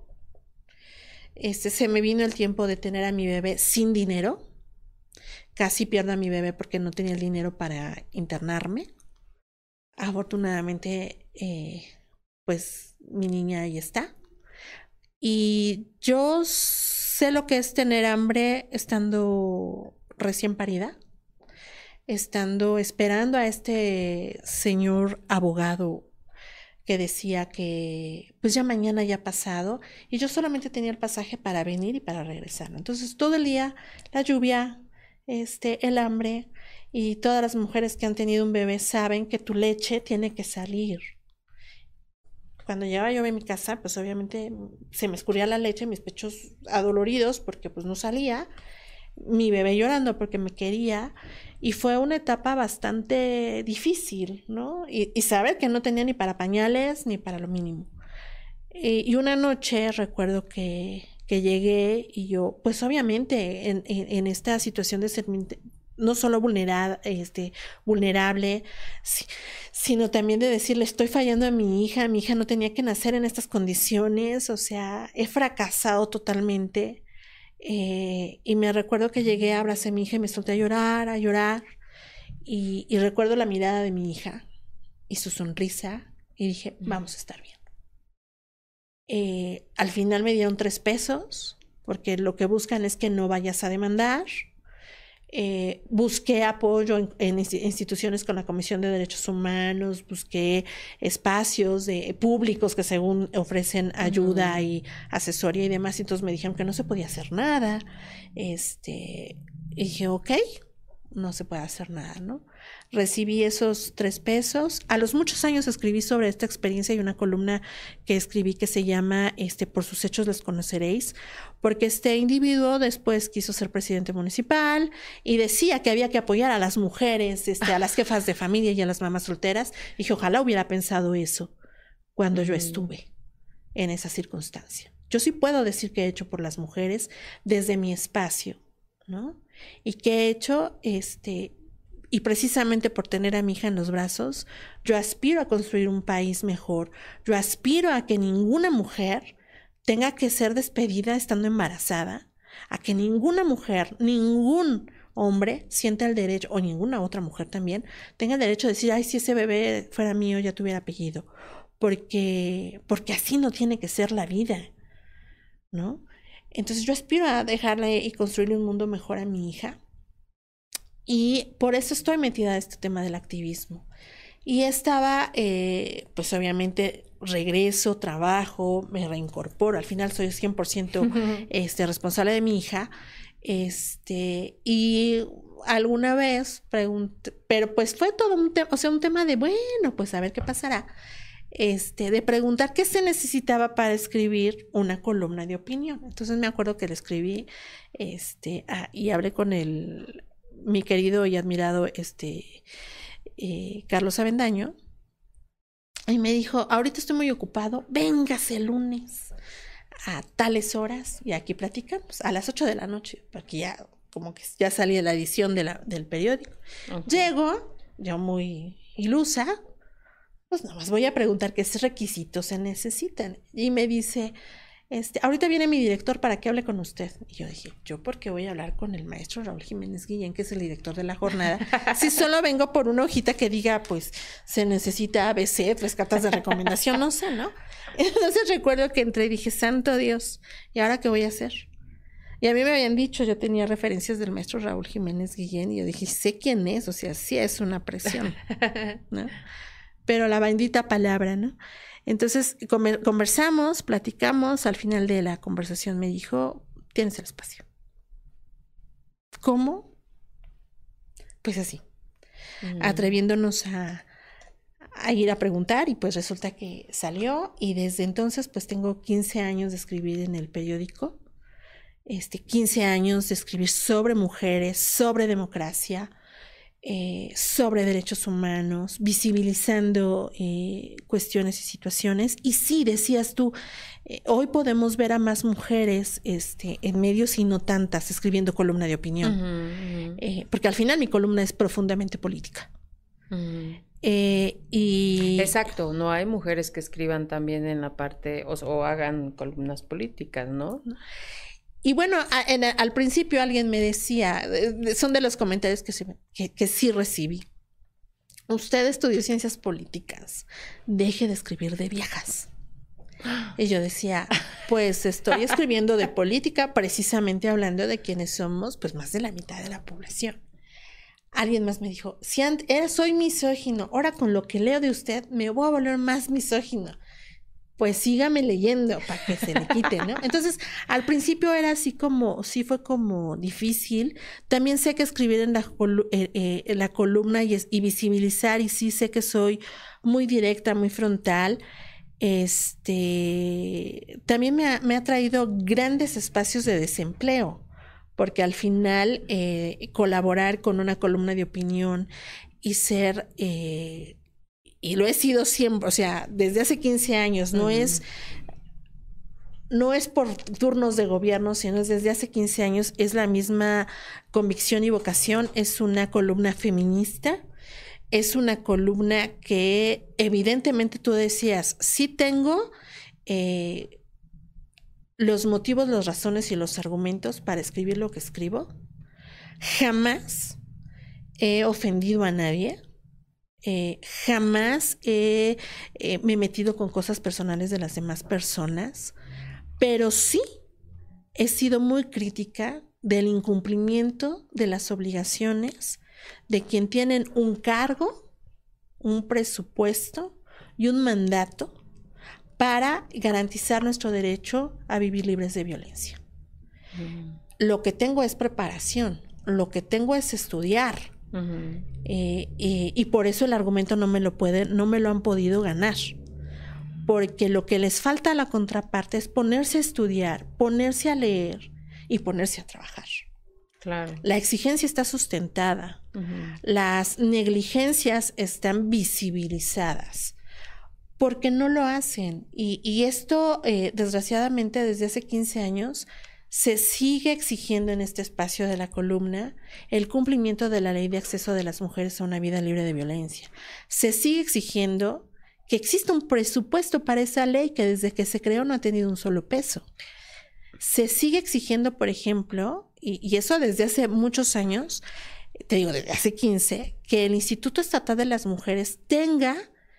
Este, se me vino el tiempo de tener a mi bebé sin dinero. Casi pierdo a mi bebé porque no tenía el dinero para internarme. Afortunadamente, eh, pues mi niña ahí está. Y yo sé lo que es tener hambre estando recién parida, estando esperando a este señor abogado que decía que pues ya mañana ya ha pasado, y yo solamente tenía el pasaje para venir y para regresar. Entonces todo el día, la lluvia, este, el hambre, y todas las mujeres que han tenido un bebé saben que tu leche tiene que salir. Cuando llegaba yo a mi casa, pues obviamente se me escurría la leche, mis pechos adoloridos porque pues no salía, mi bebé llorando porque me quería, y fue una etapa bastante difícil, ¿no? Y, y saber que no tenía ni para pañales ni para lo mínimo. Y, y una noche recuerdo que, que llegué y yo, pues obviamente en, en, en esta situación de ser no solo vulnerada, este, vulnerable, si, sino también de decirle, estoy fallando a mi hija, mi hija no tenía que nacer en estas condiciones, o sea, he fracasado totalmente. Eh, y me recuerdo que llegué, abracé a mi hija y me solté a llorar, a llorar, y, y recuerdo la mirada de mi hija y su sonrisa, y dije, vamos a estar bien. Eh, al final me dieron tres pesos, porque lo que buscan es que no vayas a demandar. Eh, busqué apoyo en, en instituciones con la Comisión de Derechos Humanos, busqué espacios de, públicos que según ofrecen ayuda uh-huh. y asesoría y demás, y entonces me dijeron que no se podía hacer nada. Este, y dije, ok, no se puede hacer nada, ¿no? Recibí esos tres pesos. A los muchos años escribí sobre esta experiencia y una columna que escribí que se llama este, Por sus hechos les conoceréis, porque este individuo después quiso ser presidente municipal y decía que había que apoyar a las mujeres, este, a las jefas de familia y a las mamás solteras. Y dije, ojalá hubiera pensado eso cuando mm. yo estuve en esa circunstancia. Yo sí puedo decir que he hecho por las mujeres desde mi espacio, ¿no? Y que he hecho, este, y precisamente por tener a mi hija en los brazos, yo aspiro a construir un país mejor. Yo aspiro a que ninguna mujer tenga que ser despedida estando embarazada, a que ninguna mujer, ningún hombre sienta el derecho, o ninguna otra mujer también, tenga el derecho de decir, ay, si ese bebé fuera mío ya tuviera apellido, porque, porque así no tiene que ser la vida, ¿no? Entonces yo aspiro a dejarle y construirle un mundo mejor a mi hija, y por eso estoy metida en este tema del activismo. Y estaba, eh, pues obviamente regreso, trabajo, me reincorporo, al final soy cien por ciento uh-huh. este, responsable de mi hija, este, y alguna vez pregunté, pero pues fue todo un tema, o sea, un tema de, bueno, pues a ver qué pasará, este, de preguntar qué se necesitaba para escribir una columna de opinión. Entonces me acuerdo que le escribí, este, ah, y hablé con el, mi querido y admirado, este, eh, Carlos Avendaño, y me dijo, ahorita estoy muy ocupado, véngase el lunes a tales horas y aquí platicamos a las ocho de la noche, porque ya como que ya salía la edición de la, del periódico. Okay. Llego, yo muy ilusa, pues nada más voy a preguntar qué requisitos se necesitan. Y me dice, este, ahorita viene mi director para que hable con usted. Y yo dije, ¿yo por qué voy a hablar con el maestro Raúl Jiménez Guillén, que es el director de la jornada? Si solo vengo por una hojita que diga, pues, se necesita A B C, tres cartas de recomendación, no sé, ¿no? Entonces recuerdo que entré y dije, santo Dios, ¿y ahora qué voy a hacer? Y a mí me habían dicho, yo tenía referencias del maestro Raúl Jiménez Guillén, y yo dije, sé quién es, o sea, sí es una presión, ¿no? Pero la bendita palabra, ¿no? Entonces conversamos, platicamos, al final de la conversación me dijo, tienes el espacio. ¿Cómo? Pues así, mm. atreviéndonos a, a ir a preguntar y pues resulta que salió y desde entonces pues tengo quince años de escribir en el periódico, este, quince años de escribir sobre mujeres, sobre democracia, eh, sobre derechos humanos, visibilizando eh, cuestiones y situaciones. Y sí, decías tú, eh, hoy podemos ver a más mujeres este, en medios y no tantas escribiendo columna de opinión, uh-huh, uh-huh. Eh, porque al final mi columna es profundamente política. Uh-huh. Eh, y exacto, no hay mujeres que escriban también en la parte o, o hagan columnas políticas, ¿no? Y bueno, a, en, a, al principio alguien me decía, son de los comentarios que, se, que, que sí recibí. Usted estudió ciencias políticas, deje de escribir de viejas. Y yo decía, pues estoy escribiendo de política, precisamente hablando de quienes somos, pues más de la mitad de la población. Alguien más me dijo, si antes soy misógino, ahora con lo que leo de usted me voy a volver más misógino. Pues sígame leyendo para que se le quite, ¿no? Entonces, al principio era así como, sí fue como difícil. También sé que escribir en la, eh, eh, en la columna y, y visibilizar, y sí sé que soy muy directa, muy frontal. Este, también me ha, me ha traído grandes espacios de desempleo, porque al final eh, colaborar con una columna de opinión y ser... Eh, y lo he sido siempre, o sea, desde hace quince años, no uh-huh. es no es por turnos de gobierno, sino es desde hace quince años, es la misma convicción y vocación, es una columna feminista, es una columna que evidentemente tú decías, sí tengo eh, los motivos, las razones y los argumentos para escribir lo que escribo, jamás he ofendido a nadie. Eh, jamás he, eh, me he metido con cosas personales de las demás personas, pero sí he sido muy crítica del incumplimiento de las obligaciones de quien tienen un cargo, un presupuesto y un mandato para garantizar nuestro derecho a vivir libres de violencia. Mm. Lo que tengo es preparación, lo que tengo es estudiar. Uh-huh. eh, eh, y por eso el argumento no me lo pueden, no me lo han podido ganar, porque lo que les falta a la contraparte es ponerse a estudiar, ponerse a leer y ponerse a trabajar. Claro. La exigencia está sustentada, uh-huh. las negligencias están visibilizadas, porque no lo hacen. Y, y esto, eh, desgraciadamente, desde hace quince años se sigue exigiendo en este espacio de la columna el cumplimiento de la ley de acceso de las mujeres a una vida libre de violencia. Se sigue exigiendo que exista un presupuesto para esa ley que desde que se creó no ha tenido un solo peso. Se sigue exigiendo, por ejemplo, y, y eso desde hace muchos años, te digo desde hace quince, que el Instituto Estatal de las Mujeres tenga,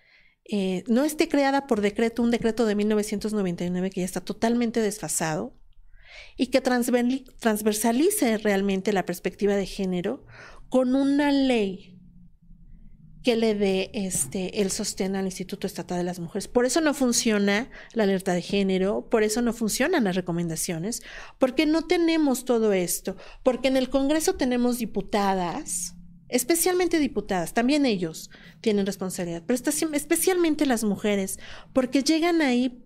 eh, no esté creada por decreto, un decreto de mil novecientos noventa y nueve que ya está totalmente desfasado, y que transversalice realmente la perspectiva de género con una ley que le dé este, el sostén al Instituto Estatal de las Mujeres. Por eso no funciona la alerta de género, por eso no funcionan las recomendaciones, porque no tenemos todo esto, porque en el Congreso tenemos diputadas, especialmente diputadas, también ellos tienen responsabilidad, pero especialmente las mujeres, porque llegan ahí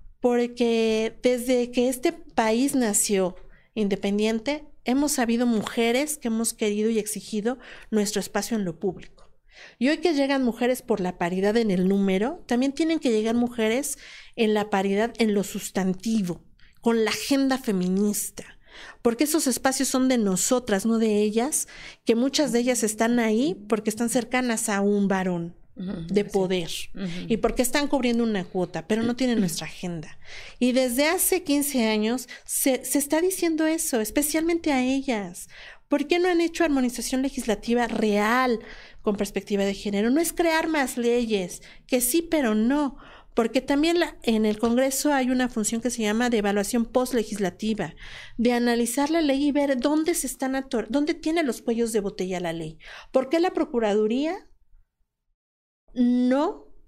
porque desde que este país nació independiente, hemos habido mujeres que hemos querido y exigido nuestro espacio en lo público. Y hoy que llegan mujeres por la paridad en el número, también tienen que llegar mujeres en la paridad en lo sustantivo, con la agenda feminista, porque esos espacios son de nosotras, no de ellas, que muchas de ellas están ahí porque están cercanas a un varón de poder, sí. uh-huh. y porque están cubriendo una cuota, pero no tienen nuestra agenda. Y desde hace quince años se, se está diciendo eso, especialmente a ellas. ¿Por qué no han hecho armonización legislativa real con perspectiva de género? No es crear más leyes, que sí, pero no, porque también la, en el Congreso hay una función que se llama de evaluación postlegislativa, de analizar la ley y ver dónde se están ator- dónde tiene los cuellos de botella la ley. ¿Por qué la Procuraduría no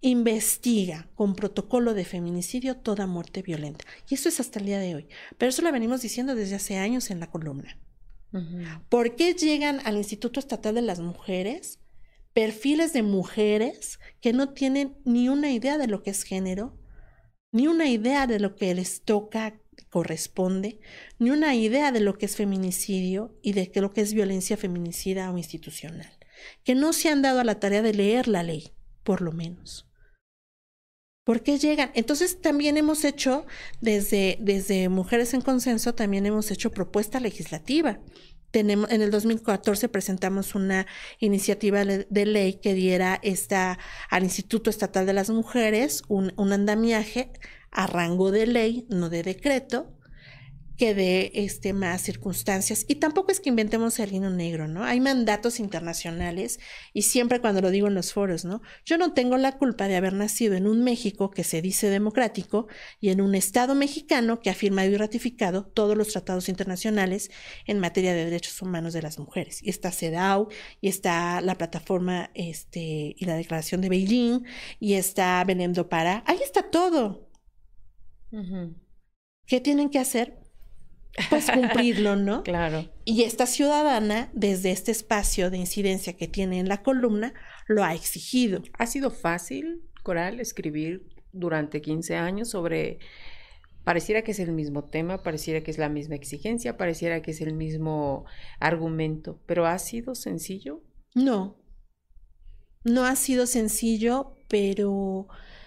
investiga con protocolo de feminicidio toda muerte violenta. Y eso es hasta el día de hoy. Pero eso lo venimos diciendo desde hace años en la columna. Uh-huh. ¿Por qué llegan al Instituto Estatal de las Mujeres perfiles de mujeres que no tienen ni una idea de lo que es género, ni una idea de lo que les toca, corresponde, ni una idea de lo que es feminicidio y de lo que es violencia feminicida o institucional? Que no se han dado a la tarea de leer la ley, por lo menos. ¿Por qué llegan? Entonces también hemos hecho, desde, desde Mujeres en Consenso, también hemos hecho propuesta legislativa. Tenemos, en el dos mil catorce presentamos una iniciativa de ley que diera esta, al Instituto Estatal de las Mujeres un, un andamiaje a rango de ley, no de decreto, que dé este, más circunstancias. Y tampoco es que inventemos el hilo negro, ¿no? Hay mandatos internacionales, y siempre cuando lo digo en los foros, ¿no? Yo no tengo la culpa de haber nacido en un México que se dice democrático y en un Estado mexicano que ha firmado y ratificado todos los tratados internacionales en materia de derechos humanos de las mujeres. Y está CEDAW, y está la plataforma este, y la Declaración de Beijing, y está Belém do Pará. Ahí está todo. Uh-huh. ¿Qué tienen que hacer? Pues cumplirlo, ¿no? Claro. Y esta ciudadana, desde este espacio de incidencia que tiene en la columna, lo ha exigido. ¿Ha sido fácil, Coral, escribir durante quince años sobre... Pareciera que es el mismo tema, pareciera que es la misma exigencia, pareciera que es el mismo argumento, pero ¿ha sido sencillo? No. No ha sido sencillo, pero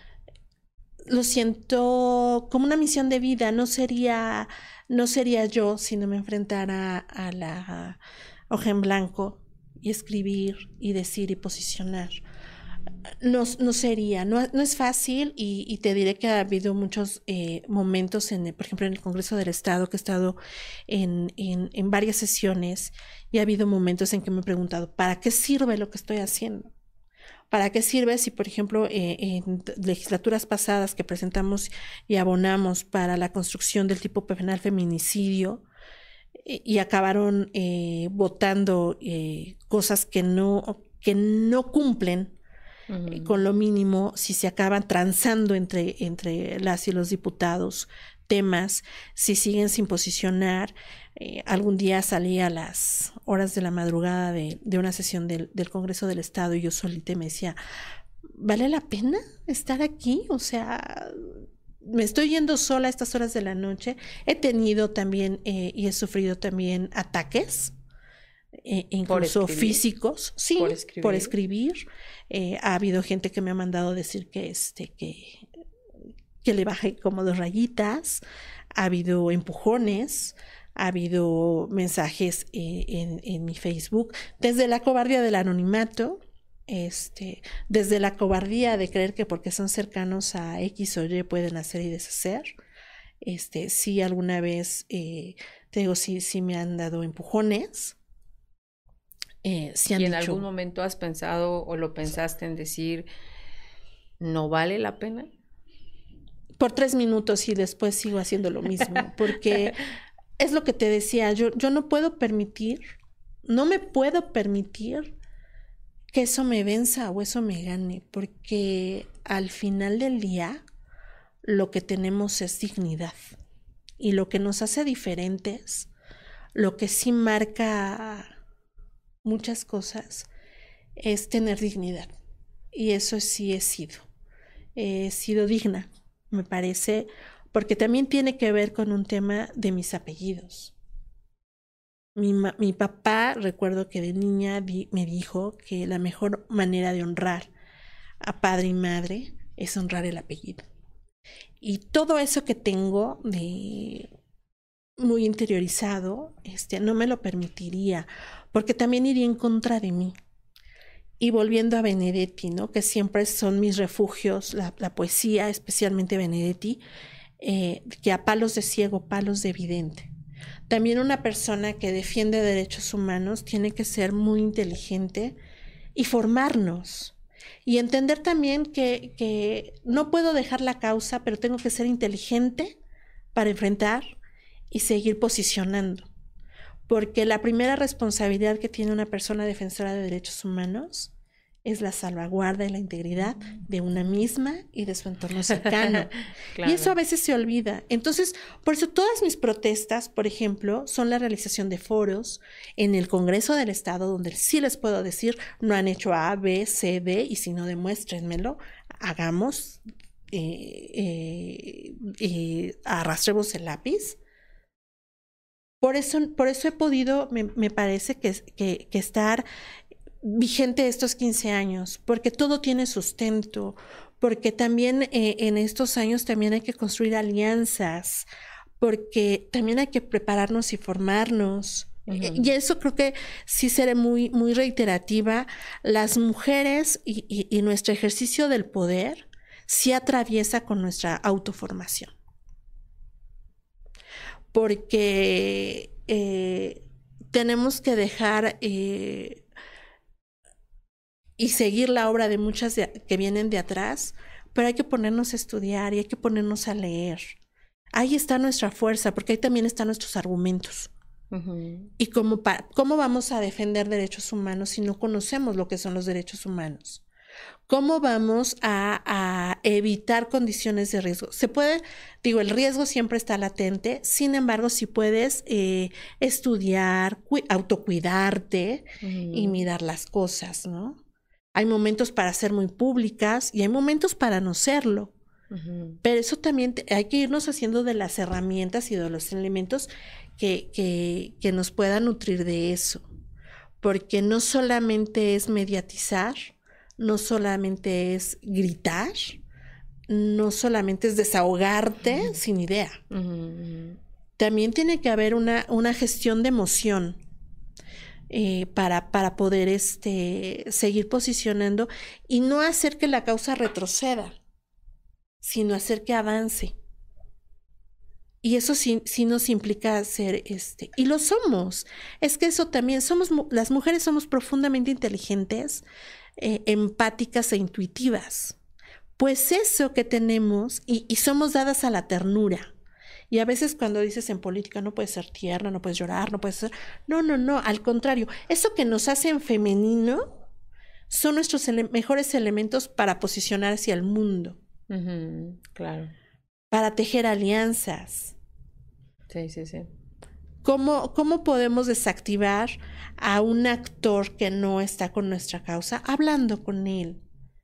lo siento como una misión de vida. No sería... No sería yo si no me enfrentara a la hoja en blanco y escribir y decir y posicionar. No, no sería, no, no es fácil, y, y te diré que ha habido muchos eh, momentos, en, por ejemplo, en el Congreso del Estado, que he estado en, en, en varias sesiones, y ha habido momentos en que me he preguntado, ¿para qué sirve lo que estoy haciendo? ¿Para qué sirve si, por ejemplo, eh, en legislaturas pasadas que presentamos y abonamos para la construcción del tipo penal feminicidio eh, y acabaron eh, votando eh, cosas que no, que no cumplen uh-huh. eh, con lo mínimo, si se acaban transando entre, entre las y los diputados temas, si siguen sin posicionar? Eh, algún día salí a las horas de la madrugada de, de una sesión del, del Congreso del Estado, y yo solita me decía, ¿vale la pena estar aquí? O sea, me estoy yendo sola a estas horas de la noche. He tenido también eh, y he sufrido también ataques, eh, incluso físicos, sí, por escribir. Por escribir. Eh, ha habido gente que me ha mandado decir que, este, que, que le baje como dos rayitas. Ha habido empujones. Ha habido mensajes eh, en, en mi Facebook, desde la cobardía del anonimato, este, desde la cobardía de creer que porque son cercanos a X o Y pueden hacer y deshacer. Este, sí, alguna vez, eh, te digo, sí, sí me han dado empujones. Eh, sí han ¿Y en dicho, algún momento has pensado o lo pensaste en decir, ¿no vale la pena? Por tres minutos y después sigo haciendo lo mismo, porque... Es lo que te decía, yo, yo no puedo permitir, no me puedo permitir que eso me venza o eso me gane, porque al final del día lo que tenemos es dignidad, y lo que nos hace diferentes, lo que sí marca muchas cosas, es tener dignidad, y eso sí he sido, he sido digna, me parece, porque también tiene que ver con un tema de mis apellidos. Mi, mi papá, recuerdo que de niña di, me dijo que la mejor manera de honrar a padre y madre es honrar el apellido. Y todo eso que tengo de muy interiorizado, este, no me lo permitiría, porque también iría en contra de mí. Y volviendo a Benedetti, ¿no? Que siempre son mis refugios, la, la poesía, especialmente Benedetti, Eh, que a palos de ciego, palos de vidente. También una persona que defiende derechos humanos tiene que ser muy inteligente y formarnos. Y entender también que, que no puedo dejar la causa, pero tengo que ser inteligente para enfrentar y seguir posicionando. Porque la primera responsabilidad que tiene una persona defensora de derechos humanos es la salvaguarda y la integridad de una misma y de su entorno cercano. Claro. Y eso a veces se olvida. Entonces, por eso todas mis protestas, por ejemplo, son la realización de foros en el Congreso del Estado, donde sí les puedo decir, no han hecho A, B, C, D, y si no, demuéstrenmelo, hagamos, eh, eh, eh, arrastremos el lápiz. Por eso, por eso he podido, me, me parece que, que, que estar vigente estos quince años, porque todo tiene sustento, porque también eh, en estos años también hay que construir alianzas, porque también hay que prepararnos y formarnos. Uh-huh. Y eso creo que sí seré muy, muy reiterativa. Las mujeres y, y, y nuestro ejercicio del poder sí atraviesa con nuestra autoformación. Porque eh, tenemos que dejar eh, y seguir la obra de muchas de, que vienen de atrás, pero hay que ponernos a estudiar y hay que ponernos a leer. Ahí está nuestra fuerza, porque ahí también están nuestros argumentos. Uh-huh. Y cómo, pa, cómo vamos a defender derechos humanos si no conocemos lo que son los derechos humanos. ¿Cómo vamos a, a evitar condiciones de riesgo? Se puede, digo, el riesgo siempre está latente, sin embargo, si puedes eh, estudiar, cu- autocuidarte uh-huh. y mirar las cosas, ¿no? Hay momentos para ser muy públicas y hay momentos para no serlo. Uh-huh. Pero eso también te, hay que irnos haciendo de las herramientas y de los elementos que, que, que nos puedan nutrir de eso. Porque no solamente es mediatizar, no solamente es gritar, no solamente es desahogarte uh-huh. sin idea. Uh-huh. También tiene que haber una, una gestión de emoción. Eh, para, para poder este, seguir posicionando y no hacer que la causa retroceda, sino hacer que avance. Y eso sí, sí nos implica hacer, este, y lo somos. Es que eso también, somos, las mujeres somos profundamente inteligentes, eh, empáticas e intuitivas. Pues eso que tenemos, y, y somos dadas a la ternura. Y a veces cuando dices en política no puedes ser tierna, no puedes llorar, no puedes ser... No, no, no, al contrario. Eso que nos hace en femenino son nuestros ele- mejores elementos para posicionar hacia el mundo. Uh-huh, claro. Para tejer alianzas. Sí, sí, sí. ¿Cómo, cómo podemos desactivar a un actor que no está con nuestra causa? Hablando con él.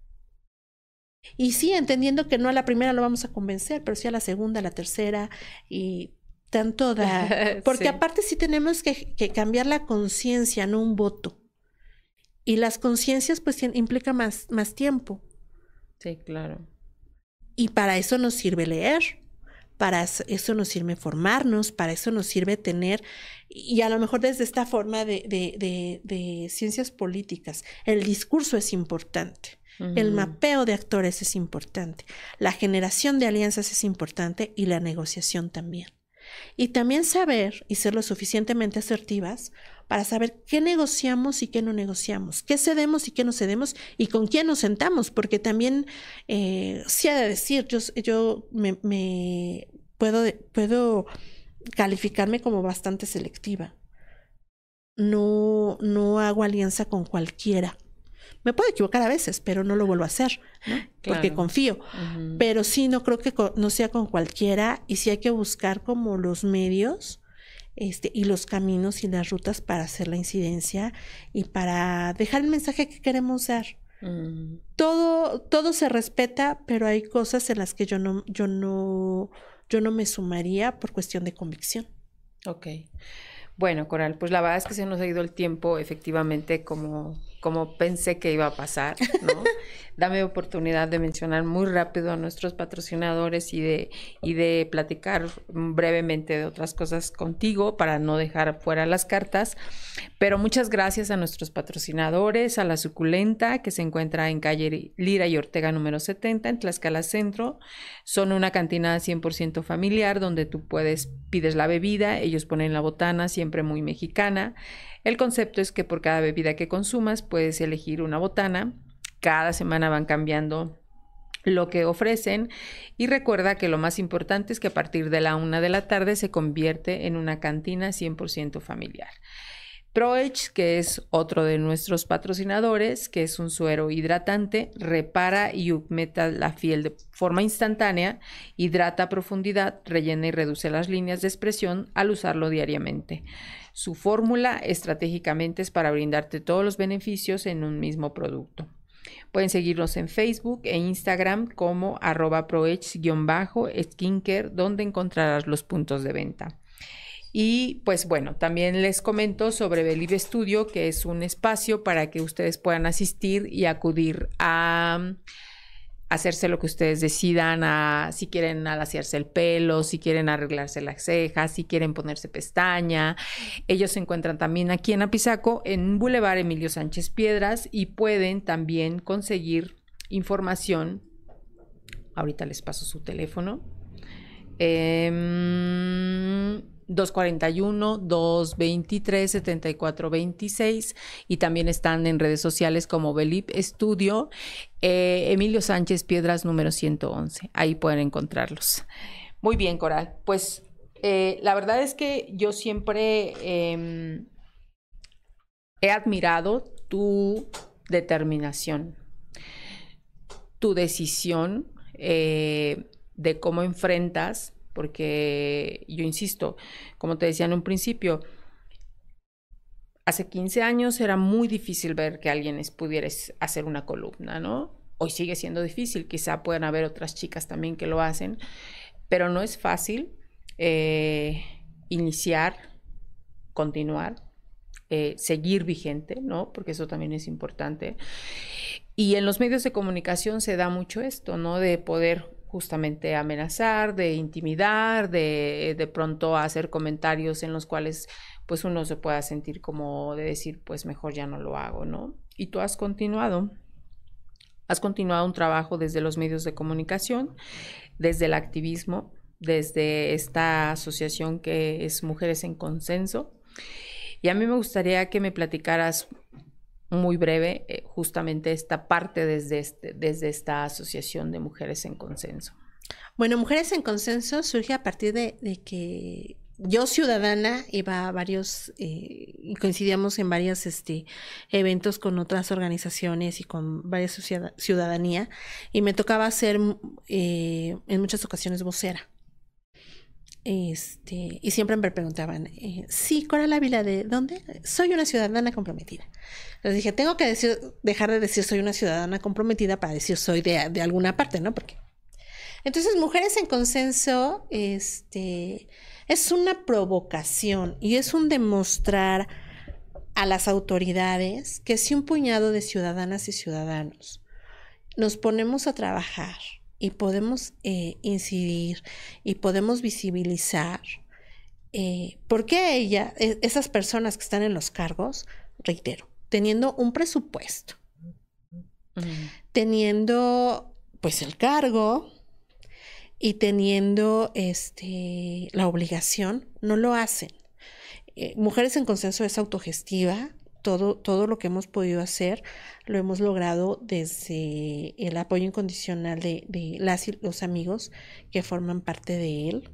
Y sí, entendiendo que no a la primera lo vamos a convencer, pero sí a la segunda, a la tercera y tanto da. Porque sí. Aparte sí tenemos que, que cambiar la conciencia, no un voto. Y las conciencias pues implican más, más tiempo. Sí, claro. Y para eso nos sirve leer, para eso nos sirve formarnos, para eso nos sirve tener, y a lo mejor desde esta forma de, de, de, de ciencias políticas, el discurso es importante. Uh-huh. El mapeo de actores es importante, la generación de alianzas es importante y la negociación también. Y también saber y ser lo suficientemente asertivas para saber qué negociamos y qué no negociamos, qué cedemos y qué no cedemos y con quién nos sentamos, porque también eh, sí ha de decir, yo, yo me, me puedo, puedo calificarme como bastante selectiva. No, no hago alianza con cualquiera. Me puedo equivocar a veces, pero no lo vuelvo a hacer, ¿no? Claro. Porque confío. Uh-huh. Pero sí, no creo que con, no sea con cualquiera y sí hay que buscar como los medios este, y los caminos y las rutas para hacer la incidencia y para dejar el mensaje que queremos dar. Uh-huh. Todo, todo se respeta, pero hay cosas en las que yo no, yo no, yo no me sumaría por cuestión de convicción. Ok. Bueno, Coral, pues la verdad es que se nos ha ido el tiempo efectivamente como, como pensé que iba a pasar, ¿no? Dame oportunidad de mencionar muy rápido a nuestros patrocinadores y de, y de platicar brevemente de otras cosas contigo para no dejar fuera las cartas. Pero muchas gracias a nuestros patrocinadores, a La Suculenta, que se encuentra en calle Lira y Ortega número setenta, en Tlaxcala Centro. Son una cantina cien por ciento familiar donde tú puedes, pides la bebida, ellos ponen la botana, siempre muy mexicana. El concepto es que por cada bebida que consumas puedes elegir una botana. Cada semana van cambiando lo que ofrecen y recuerda que lo más importante es que a partir de la una de la tarde se convierte en una cantina cien por ciento familiar. ProAge, que es otro de nuestros patrocinadores, que es un suero hidratante, repara y humecta la piel de forma instantánea, hidrata a profundidad, rellena y reduce las líneas de expresión al usarlo diariamente. Su fórmula estratégicamente es para brindarte todos los beneficios en un mismo producto. Pueden seguirnos en Facebook e Instagram como arroba proage-skincare, donde encontrarás los puntos de venta. Y pues bueno, también les comento sobre Believe Studio, que es un espacio para que ustedes puedan asistir y acudir a hacerse lo que ustedes decidan, a, si quieren alaciarse el pelo, si quieren arreglarse las cejas, si quieren ponerse pestaña. Ellos se encuentran también aquí en Apizaco, en Boulevard Emilio Sánchez Piedras, y pueden también conseguir información. Ahorita les paso su teléfono. Eh, dos cuarenta y uno, dos veintitrés, setenta y cuatro veintiséis, y también están en redes sociales como Believe Studio, eh, Emilio Sánchez Piedras número ciento once. Ahí pueden encontrarlos. Muy bien, Coral. Pues eh, la verdad es que yo siempre eh, he admirado tu determinación, tu decisión eh, de cómo enfrentas. Porque yo insisto, como te decía en un principio, hace quince años era muy difícil ver que alguien pudiera hacer una columna, ¿no? Hoy sigue siendo difícil, quizá puedan haber otras chicas también que lo hacen, pero no es fácil eh, iniciar, continuar, eh, seguir vigente, ¿no? Porque eso también es importante. Y en los medios de comunicación se da mucho esto, ¿no? De poder justamente amenazar, de intimidar, de de pronto hacer comentarios en los cuales pues uno se pueda sentir como de decir, pues mejor ya no lo hago, ¿no? Y tú has continuado, has continuado un trabajo desde los medios de comunicación, desde el activismo, desde esta asociación que es Mujeres en Consenso. Y a mí me gustaría que me platicaras muy breve, eh, justamente esta parte desde, este, desde esta Asociación de Mujeres en Consenso. Bueno, Mujeres en Consenso surge a partir de, de que yo, ciudadana, iba a varios, eh, y coincidíamos en varios este, eventos con otras organizaciones y con varias ciudadanía, y me tocaba ser eh, en muchas ocasiones vocera. Este, y siempre me preguntaban, eh, sí, Coral Ávila, ¿de dónde? Soy una ciudadana comprometida. Les dije, tengo que decir, dejar de decir soy una ciudadana comprometida para decir soy de, de alguna parte, ¿no? Porque entonces Mujeres en Consenso este, es una provocación y es un demostrar a las autoridades que si un puñado de ciudadanas y ciudadanos nos ponemos a trabajar y podemos eh, incidir y podemos visibilizar eh, por qué ella, esas personas que están en los cargos, reitero, teniendo un presupuesto, uh-huh. teniendo pues el cargo y teniendo este, la obligación, no lo hacen. Eh, Mujeres en Consenso es autogestiva. Todo, todo lo que hemos podido hacer lo hemos logrado desde el apoyo incondicional de, de las y los amigos que forman parte de él.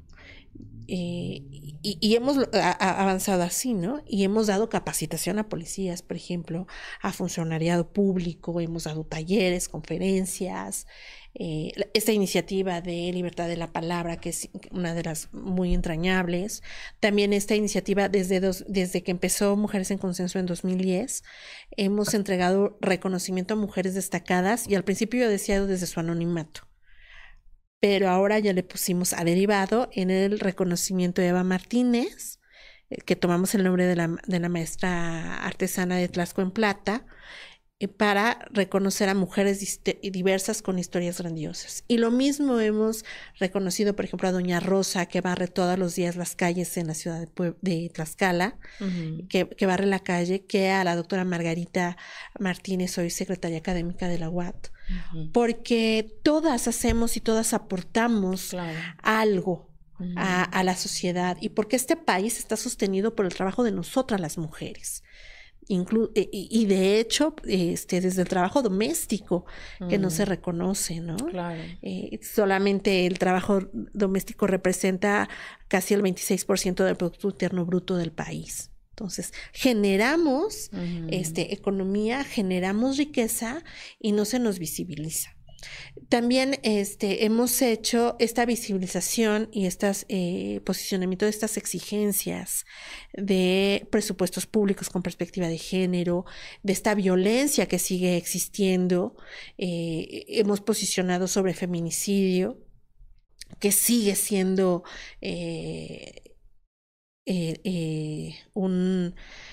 Eh, y, y hemos a, a avanzado así, ¿no? Y hemos dado capacitación a policías, por ejemplo, a funcionariado público, hemos dado talleres, conferencias, eh, esta iniciativa de libertad de la palabra, que es una de las muy entrañables. También esta iniciativa, desde, dos, desde que empezó Mujeres en Consenso en dos mil diez, hemos entregado reconocimiento a mujeres destacadas, y al principio yo decía desde su anonimato. Pero ahora ya le pusimos a derivado en el reconocimiento de Eva Martínez, que tomamos el nombre de la, de la maestra artesana de Tlaxco en Plata, eh, para reconocer a mujeres diversas con historias grandiosas. Y lo mismo hemos reconocido, por ejemplo, a Doña Rosa, que barre todos los días las calles en la ciudad de, Pue de Tlaxcala, uh-huh. que, que barre la calle, que a la doctora Margarita Martínez, hoy secretaria académica de la U A T, uh-huh. porque todas hacemos y todas aportamos claro. algo uh-huh. a, a la sociedad, y porque este país está sostenido por el trabajo de nosotras las mujeres. Inclu y, y de hecho, este, desde el trabajo doméstico, que mm. no se reconoce, ¿no? Claro. Eh, solamente el trabajo doméstico representa casi el veintiséis por ciento del Producto Interno Bruto del país. Entonces, generamos Ujú. este, economía, generamos riqueza y no se nos visibiliza. También este, hemos hecho esta visibilización y estas eh, posicionamiento de estas exigencias de presupuestos públicos con perspectiva de género, de esta violencia que sigue existiendo. Eh, hemos posicionado sobre feminicidio, que sigue siendo eh, eh, eh, un,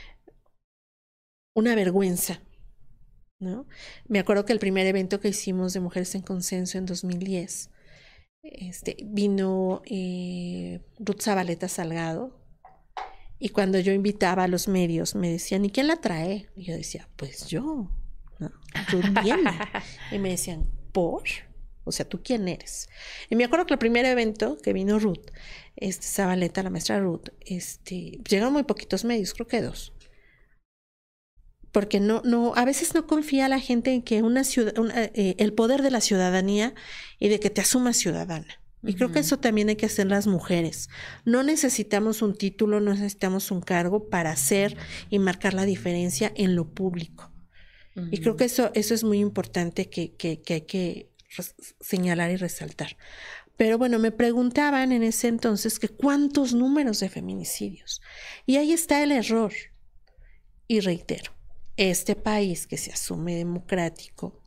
una vergüenza, ¿no? Me acuerdo que el primer evento que hicimos de Mujeres en Consenso en dos mil diez, este, vino eh, Ruth Zabaleta Salgado, y cuando yo invitaba a los medios me decían, ¿y quién la trae? Y yo decía, pues yo, ¿no? Ruth viene. Y me decían, ¿por? O sea, ¿tú quién eres? Y me acuerdo que el primer evento que vino Ruth, este, Zabaleta, la maestra Ruth, este, llegaron muy poquitos medios, creo que dos. Porque no, no, a veces no confía la gente en que una ciudad, una, eh, el poder de la ciudadanía y de que te asumas ciudadana. Y uh-huh. creo que eso también hay que hacer las mujeres. No necesitamos un título, no necesitamos un cargo para hacer y marcar la diferencia en lo público. Uh-huh. Y creo que eso, eso es muy importante que, que, que hay que res- señalar y resaltar. Pero bueno, me preguntaban en ese entonces que cuántos números de feminicidios. Y ahí está el error. Y reitero, este país que se asume democrático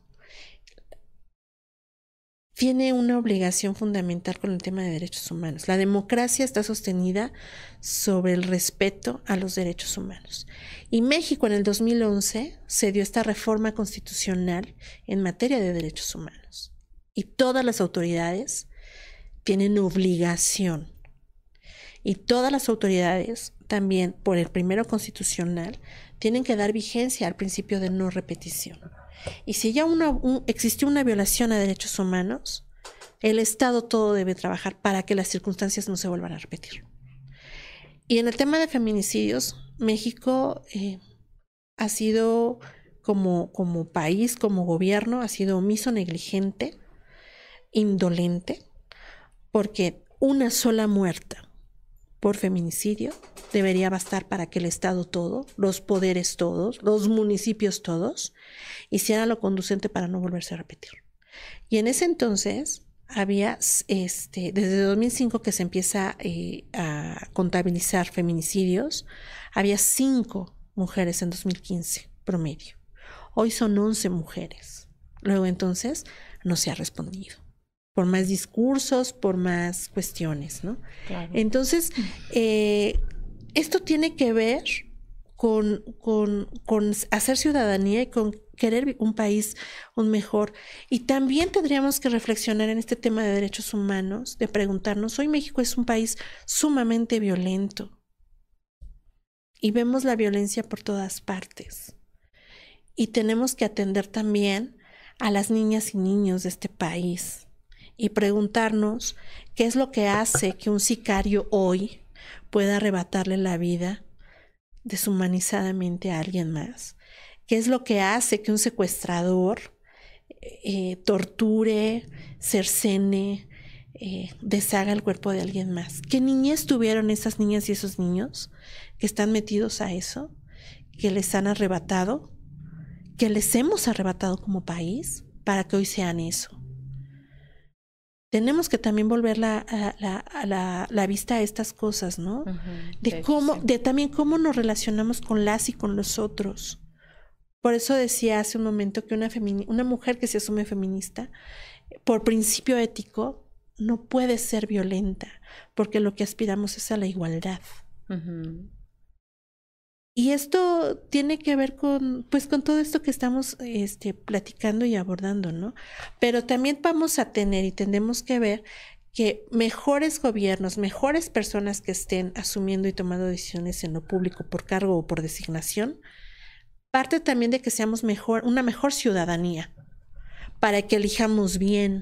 tiene una obligación fundamental con el tema de derechos humanos. La democracia está sostenida sobre el respeto a los derechos humanos. Y México en el dos mil once se dio esta reforma constitucional en materia de derechos humanos. Y todas las autoridades tienen obligación. Y todas las autoridades, también por el primero constitucional, tienen que dar vigencia al principio de no repetición. Y si ya una, un, existió una violación a derechos humanos, el Estado todo debe trabajar para que las circunstancias no se vuelvan a repetir. Y en el tema de feminicidios, México eh, ha sido como, como país, como gobierno, ha sido omiso, negligente, indolente, porque una sola muerta por feminicidio debería bastar para que el Estado todo, los poderes todos, los municipios todos, hicieran lo conducente para no volverse a repetir. Y en ese entonces había, este, desde dos mil cinco que se empieza eh, a contabilizar feminicidios, había cinco mujeres en dos mil quince promedio. Hoy son once mujeres. Luego entonces no se ha respondido. Por más discursos, por más cuestiones, ¿no? Claro. Entonces, eh, esto tiene que ver con, con, con hacer ciudadanía y con querer un país un mejor. Y también tendríamos que reflexionar en este tema de derechos humanos, de preguntarnos, hoy México es un país sumamente violento y vemos la violencia por todas partes. Y tenemos que atender también a las niñas y niños de este país. Y preguntarnos qué es lo que hace que un sicario hoy pueda arrebatarle la vida deshumanizadamente a alguien más. ¿Qué es lo que hace que un secuestrador eh, torture, cercene, eh, deshaga el cuerpo de alguien más? ¿Qué niñez tuvieron esas niñas y esos niños que están metidos a eso? ¿Que les han arrebatado? ¿Que les hemos arrebatado como país para que hoy sean eso? Tenemos que también volver la, la, la, la vista a estas cosas, ¿no? Uh-huh. De, de cómo, hecho, sí. de también cómo nos relacionamos con las y con los otros. Por eso decía hace un momento que una, femini- una mujer que se asume feminista, por principio ético, no puede ser violenta, porque lo que aspiramos es a la igualdad. Uh-huh. Y esto tiene que ver con, pues, con todo esto que estamos este, platicando y abordando, ¿no? Pero también vamos a tener y tendremos que ver que mejores gobiernos, mejores personas que estén asumiendo y tomando decisiones en lo público por cargo o por designación, parte también de que seamos mejor, una mejor ciudadanía, para que elijamos bien,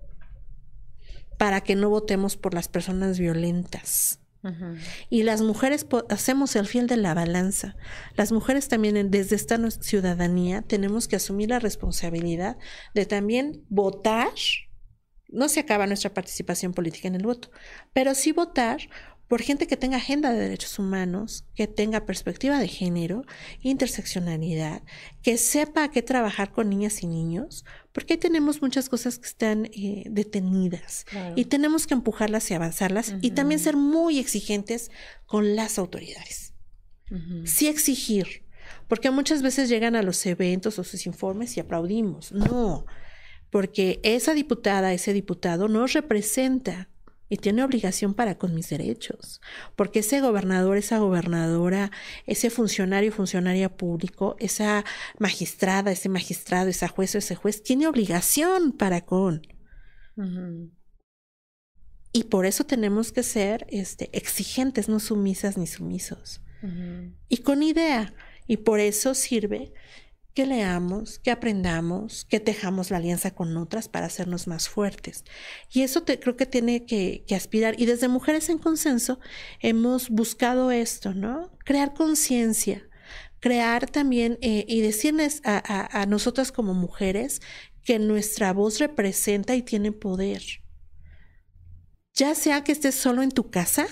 para que no votemos por las personas violentas. Uh-huh. Y las mujeres po- hacemos el fiel de la balanza. Las mujeres también desde esta ciudadanía tenemos que asumir la responsabilidad de también votar. No se acaba nuestra participación política en el voto, pero sí votar por gente que tenga agenda de derechos humanos, que tenga perspectiva de género, interseccionalidad, que sepa qué trabajar con niñas y niños, porque ahí tenemos muchas cosas que están eh, detenidas claro. y tenemos que empujarlas y avanzarlas uh-huh. y también ser muy exigentes con las autoridades. Uh-huh. Sí exigir, porque muchas veces llegan a los eventos o sus informes y aplaudimos. No, porque esa diputada, ese diputado nos representa y tiene obligación para con mis derechos, porque ese gobernador, esa gobernadora, ese funcionario, funcionaria público, esa magistrada, ese magistrado, esa juez o ese juez, tiene obligación para con. Uh-huh. Y por eso tenemos que ser este, exigentes, no sumisas ni sumisos. Uh-huh. Y con idea. Y por eso sirve que leamos, que aprendamos, que tejamos la alianza con otras para hacernos más fuertes. Y eso te, creo que tiene que, que aspirar. Y desde Mujeres en Consenso hemos buscado esto, ¿no? Crear conciencia, crear también eh, y decirles a, a, a nosotras como mujeres que nuestra voz representa y tiene poder. Ya sea que estés solo en tu casa,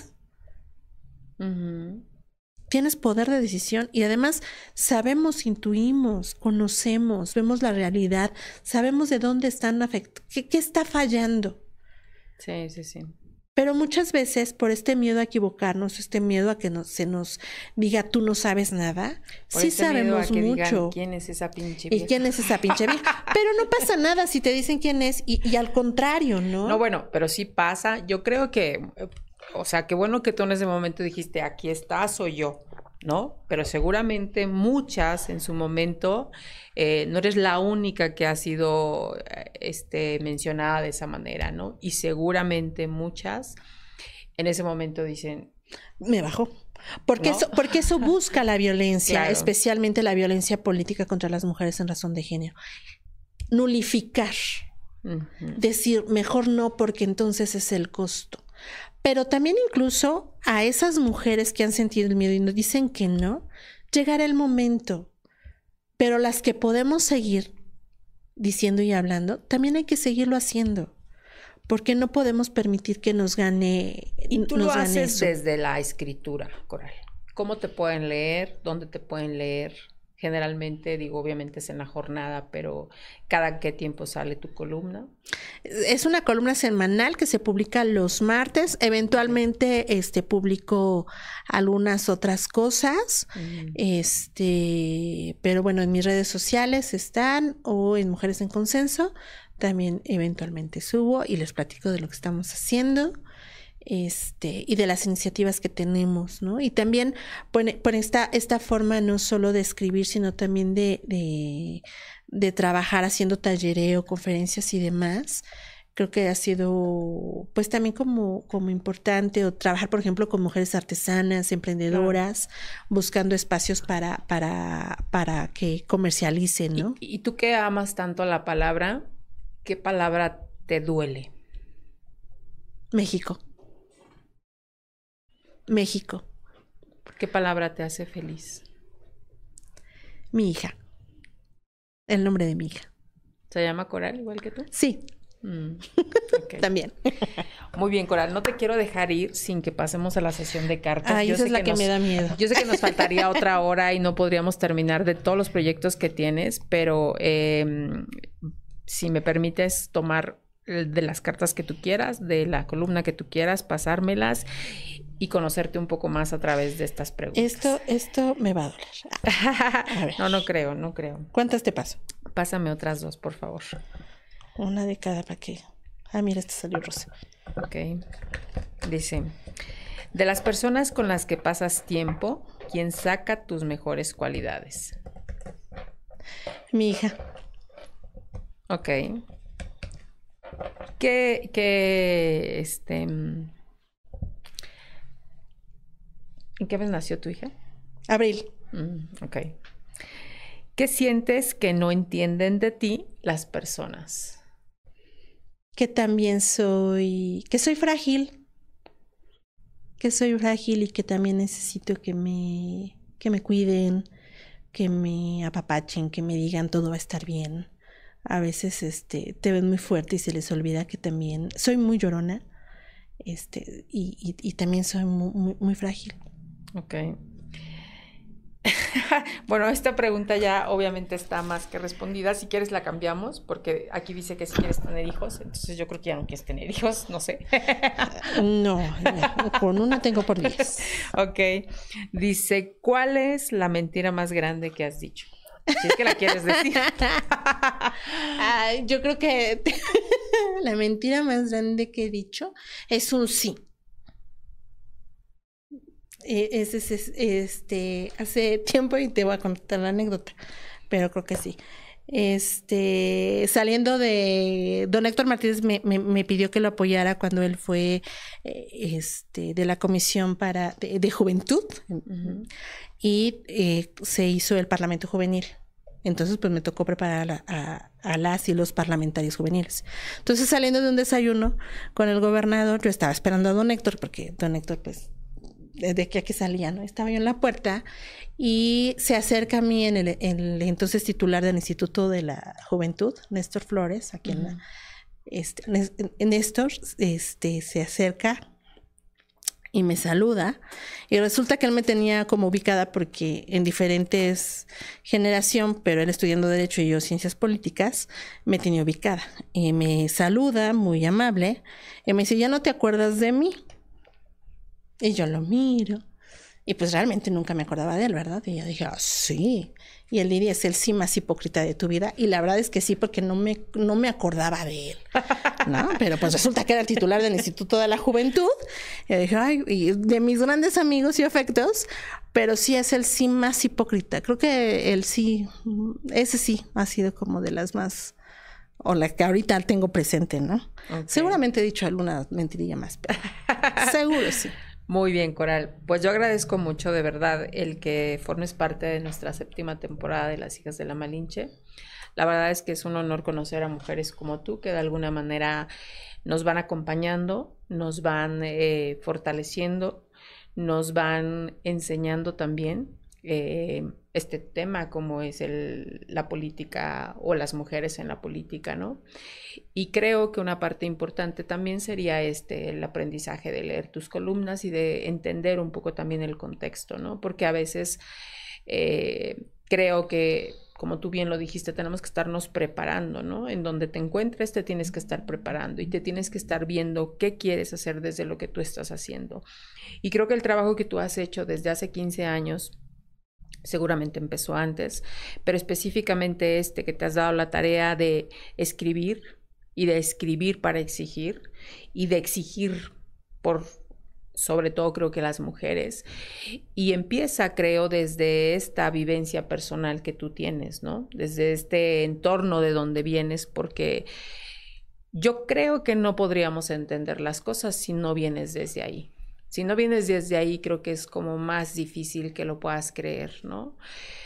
uh-huh. tienes poder de decisión y además sabemos, intuimos, conocemos, vemos la realidad, sabemos de dónde están afectados, qué, qué está fallando. Sí, sí, sí. Pero muchas veces por este miedo a equivocarnos, este miedo a que nos, se nos diga tú no sabes nada, por sí este sabemos miedo a que mucho. Digan, ¿quién es esa pinche vieja? ¿Y quién es esa pinche vieja? Pero no pasa nada si te dicen quién es y, y al contrario, ¿no? No, bueno, pero sí pasa. Yo creo que... O sea, qué bueno que tú en ese momento dijiste, aquí está, soy yo, ¿no? Pero seguramente muchas en su momento, eh, no eres la única que ha sido este, mencionada de esa manera, ¿no? Y seguramente muchas en ese momento dicen... Me bajó. Porque, ¿no? eso, porque eso busca la violencia, claro. especialmente la violencia política contra las mujeres en razón de género. Nulificar. Uh-huh. Decir, mejor no, porque entonces es el costo. Pero también incluso a esas mujeres que han sentido el miedo y nos dicen que no, llegará el momento. Pero las que podemos seguir diciendo y hablando, también hay que seguirlo haciendo. Porque no podemos permitir que nos gane. Y tú nos lo gane haces eso. Desde la escritura, Coral. ¿Cómo te pueden leer? ¿Dónde te pueden leer? Generalmente, digo, obviamente es en la jornada, pero ¿cada qué tiempo sale tu columna? Es una columna semanal que se publica los martes. Eventualmente este, publico algunas otras cosas. Mm. Este, pero bueno, en mis redes sociales están o en Mujeres en Consenso. También eventualmente subo y les platico de lo que estamos haciendo. Este, y de las iniciativas que tenemos, ¿no? Y también por, por esta, esta forma no solo de escribir, sino también de, de, de trabajar haciendo tallereo, conferencias y demás. Creo que ha sido, pues también como, como importante, o trabajar, por ejemplo, con mujeres artesanas, emprendedoras, claro. buscando espacios para, para, para que comercialicen, ¿no? ¿Y, y tú que amas tanto la palabra, qué palabra te duele? México. México. ¿Qué palabra te hace feliz? Mi hija. El nombre de mi hija. ¿Se llama Coral igual que tú? Sí. Mm, okay. También. Muy bien, Coral. No te quiero dejar ir sin que pasemos a la sesión de cartas. Ay, yo esa sé es la que, que nos, me da miedo. Yo sé que nos faltaría otra hora y no podríamos terminar de todos los proyectos que tienes, pero eh, si me permites tomar de las cartas que tú quieras, de la columna que tú quieras, pasármelas y conocerte un poco más a través de estas preguntas. Esto, esto me va a doler. A ver. No, no creo, no creo. ¿Cuántas te paso? Pásame otras dos, por favor. Una de cada para que... Ah, mira, esta salió rosa. Ok. Dice, de las personas con las que pasas tiempo, ¿quién saca tus mejores cualidades? Mi hija. Ok. ¿Qué, qué, este... ¿En qué mes nació tu hija? Abril. Mm, ok. ¿Qué sientes que no entienden de ti las personas? Que también soy... Que soy frágil. Que soy frágil y que también necesito que me... Que me cuiden, que me apapachen, que me digan todo va a estar bien. A veces este, te ven muy fuerte y se les olvida que también... Soy muy llorona. este, y, y, y también soy muy, muy, muy frágil. Ok. Bueno, esta pregunta ya obviamente está más que respondida. Si quieres la cambiamos, porque aquí dice que si quieres tener hijos, entonces yo creo que ya no quieres tener hijos, no sé. No, con una tengo por diez. Ok. Dice, ¿cuál es la mentira más grande que has dicho? Si es que la quieres decir. Ay, yo creo que la mentira más grande que he dicho es un sí. Es, es, es, este, hace tiempo, y te voy a contar la anécdota, pero creo que sí. Este, saliendo de don Héctor Martínez me, me, me pidió que lo apoyara cuando él fue eh, este, de la comisión para de, de juventud, uh-huh. y eh, se hizo el Parlamento Juvenil. Entonces, pues me tocó preparar a, a, a las y los parlamentarios juveniles. Entonces, saliendo de un desayuno con el gobernador, yo estaba esperando a don Héctor, porque don Héctor, pues, desde aquí a que salía, ¿no? Estaba yo en la puerta y se acerca a mí en el, en el entonces titular del Instituto de la Juventud, Néstor Flores, aquí uh-huh. en la, este, Néstor, este, se acerca y me saluda, y resulta que él me tenía como ubicada porque en diferentes generación, pero él estudiando Derecho y yo Ciencias Políticas, me tenía ubicada. Y me saluda, muy amable, y me dice, ¿ya no te acuerdas de mí? Y yo lo miro, y pues realmente nunca me acordaba de él, ¿verdad? Y yo dije, ah, sí. Y él diría, es el sí más hipócrita de tu vida. Y la verdad es que sí, porque no me, no me acordaba de él, ¿no? Pero pues resulta que era el titular del Instituto de la Juventud. Y yo dije, ay, y de mis grandes amigos y afectos, pero sí es el sí más hipócrita. Creo que el sí, ese sí ha sido como de las más, o la que ahorita tengo presente, ¿no? Okay. Seguramente he dicho alguna mentirilla más, pero seguro sí. Muy bien, Coral. Pues yo agradezco mucho, de verdad, el que formes parte de nuestra séptima temporada de Las Hijas de la Malinche. La verdad es que es un honor conocer a mujeres como tú, que de alguna manera nos van acompañando, nos van eh, fortaleciendo, nos van enseñando también eh, este tema como es el, la política o las mujeres en la política, ¿no? Y creo que una parte importante también sería este, el aprendizaje de leer tus columnas y de entender un poco también el contexto, ¿no? Porque a veces eh, creo que, como tú bien lo dijiste, tenemos que estarnos preparando, ¿no? En donde te encuentres te tienes que estar preparando y te tienes que estar viendo qué quieres hacer desde lo que tú estás haciendo. Y creo que el trabajo que tú has hecho desde hace quince años, seguramente empezó antes, pero específicamente este que te has dado la tarea de escribir y de escribir para exigir y de exigir por, sobre todo creo que las mujeres, y empieza, creo, desde esta vivencia personal que tú tienes, ¿no? Desde este entorno de donde vienes, porque yo creo que no podríamos entender las cosas si no vienes desde ahí. Si no vienes desde ahí, creo que es como más difícil que lo puedas creer, ¿no?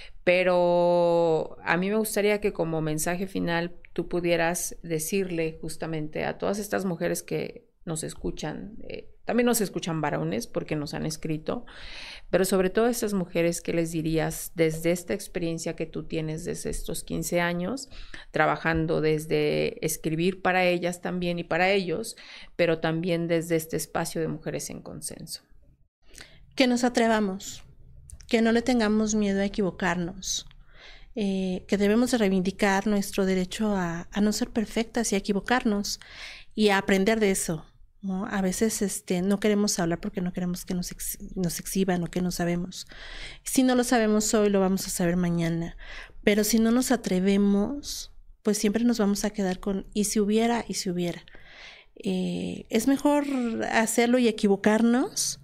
Pero a mí me gustaría que como mensaje final tú pudieras decirle justamente a todas estas mujeres que nos escuchan, eh, también nos escuchan varones porque nos han escrito, pero sobre todo a estas mujeres, ¿qué les dirías desde esta experiencia que tú tienes desde estos quince años, trabajando desde escribir para ellas también y para ellos, pero también desde este espacio de Mujeres en Consenso? Que nos atrevamos, que no le tengamos miedo a equivocarnos, eh, que debemos de reivindicar nuestro derecho a, a no ser perfectas y a equivocarnos y a aprender de eso, ¿no? A veces este, no queremos hablar porque no queremos que nos, ex, nos exhiban o que no sabemos. Si no lo sabemos hoy, lo vamos a saber mañana. Pero si no nos atrevemos, pues siempre nos vamos a quedar con y si hubiera, y si hubiera. Eh, es mejor hacerlo y equivocarnos,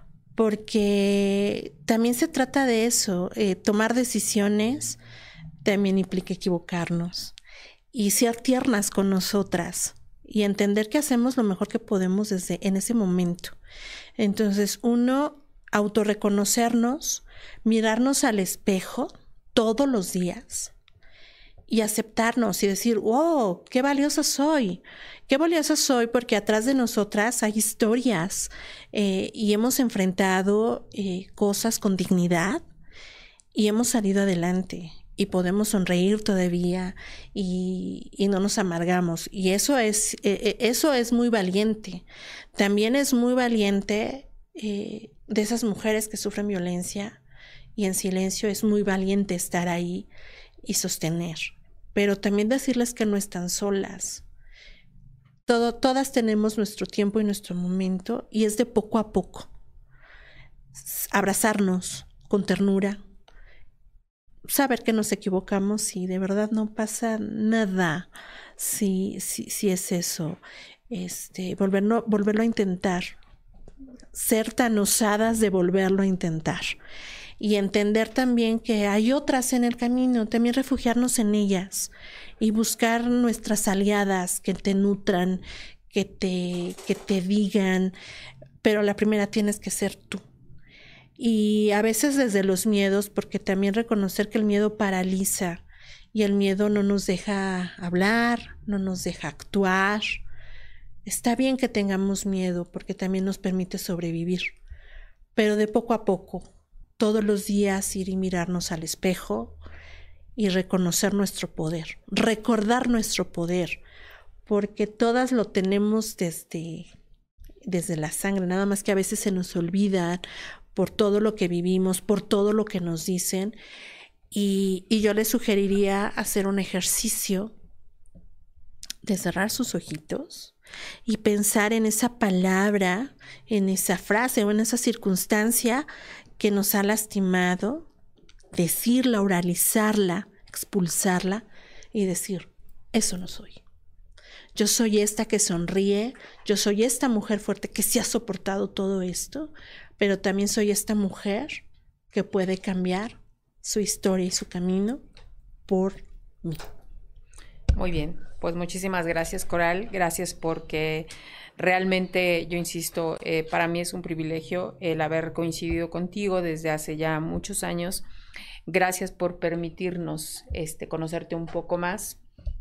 porque también se trata de eso. Eh, tomar decisiones también implica equivocarnos y ser tiernas con nosotras y entender que hacemos lo mejor que podemos desde en ese momento. Entonces, uno, autorreconocernos, mirarnos al espejo todos los días y aceptarnos y decir, wow, qué valiosa soy, qué valiosa soy, porque atrás de nosotras hay historias eh, y hemos enfrentado eh, cosas con dignidad y hemos salido adelante. y podemos sonreír todavía y, y no nos amargamos. Y eso es, eh, eso es muy valiente. También es muy valiente eh, de esas mujeres que sufren violencia y en silencio es muy valiente estar ahí y sostener. Pero también decirles que no están solas. Todo, todas tenemos nuestro tiempo y nuestro momento y es de poco a poco. Abrazarnos con ternura, saber que nos equivocamos y de verdad no pasa nada si, si, si es eso, este, volverlo, volverlo a intentar, ser tan osadas de volverlo a intentar y entender también que hay otras en el camino, también refugiarnos en ellas y buscar nuestras aliadas que te nutran, que te, que te digan, pero la primera tienes que ser tú. Y a veces desde los miedos, porque también reconocer que el miedo paraliza y el miedo no nos deja hablar, no nos deja actuar. Está bien que tengamos miedo porque también nos permite sobrevivir, pero de poco a poco, todos los días ir y mirarnos al espejo y reconocer nuestro poder, recordar nuestro poder, porque todas lo tenemos desde, desde la sangre, nada más que a veces se nos olvida por todo lo que vivimos, por todo lo que nos dicen. Y, y yo les sugeriría hacer un ejercicio de cerrar sus ojitos y pensar en esa palabra, en esa frase o en esa circunstancia que nos ha lastimado, decirla, oralizarla, expulsarla y decir, eso no soy. Yo soy esta que sonríe, yo soy esta mujer fuerte que sí ha soportado todo esto, pero también soy esta mujer que puede cambiar su historia y su camino por mí. Muy bien, pues muchísimas gracias, Coral. Gracias porque realmente, yo insisto, eh, para mí es un privilegio el haber coincidido contigo desde hace ya muchos años. Gracias por permitirnos este, conocerte un poco más.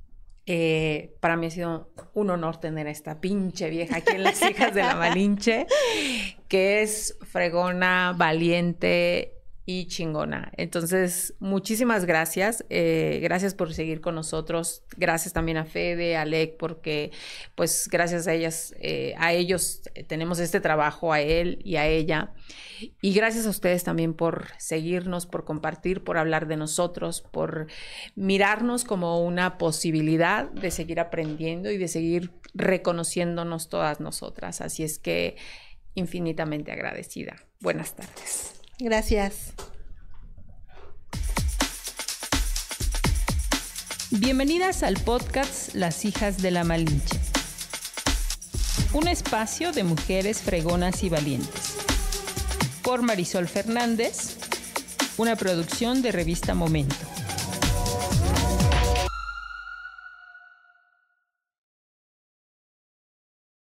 Eh, para mí ha sido un honor tener a esta pinche vieja aquí en Las Hijas de la Malinche, que es fregona, valiente y chingona. Entonces, muchísimas gracias. Eh, gracias por seguir con nosotros. Gracias también a Fede, a Alec, porque pues gracias a ellas, eh, a ellos eh, tenemos este trabajo, a él y a ella. Y gracias a ustedes también por seguirnos, por compartir, por hablar de nosotros, por mirarnos como una posibilidad de seguir aprendiendo y de seguir reconociéndonos todas nosotras. Así es que infinitamente agradecida. Buenas tardes. Gracias. Bienvenidas al podcast Las Hijas de la Malinche. Un espacio de mujeres fregonas y valientes. Por Marisol Fernández, una producción de Revista Momento.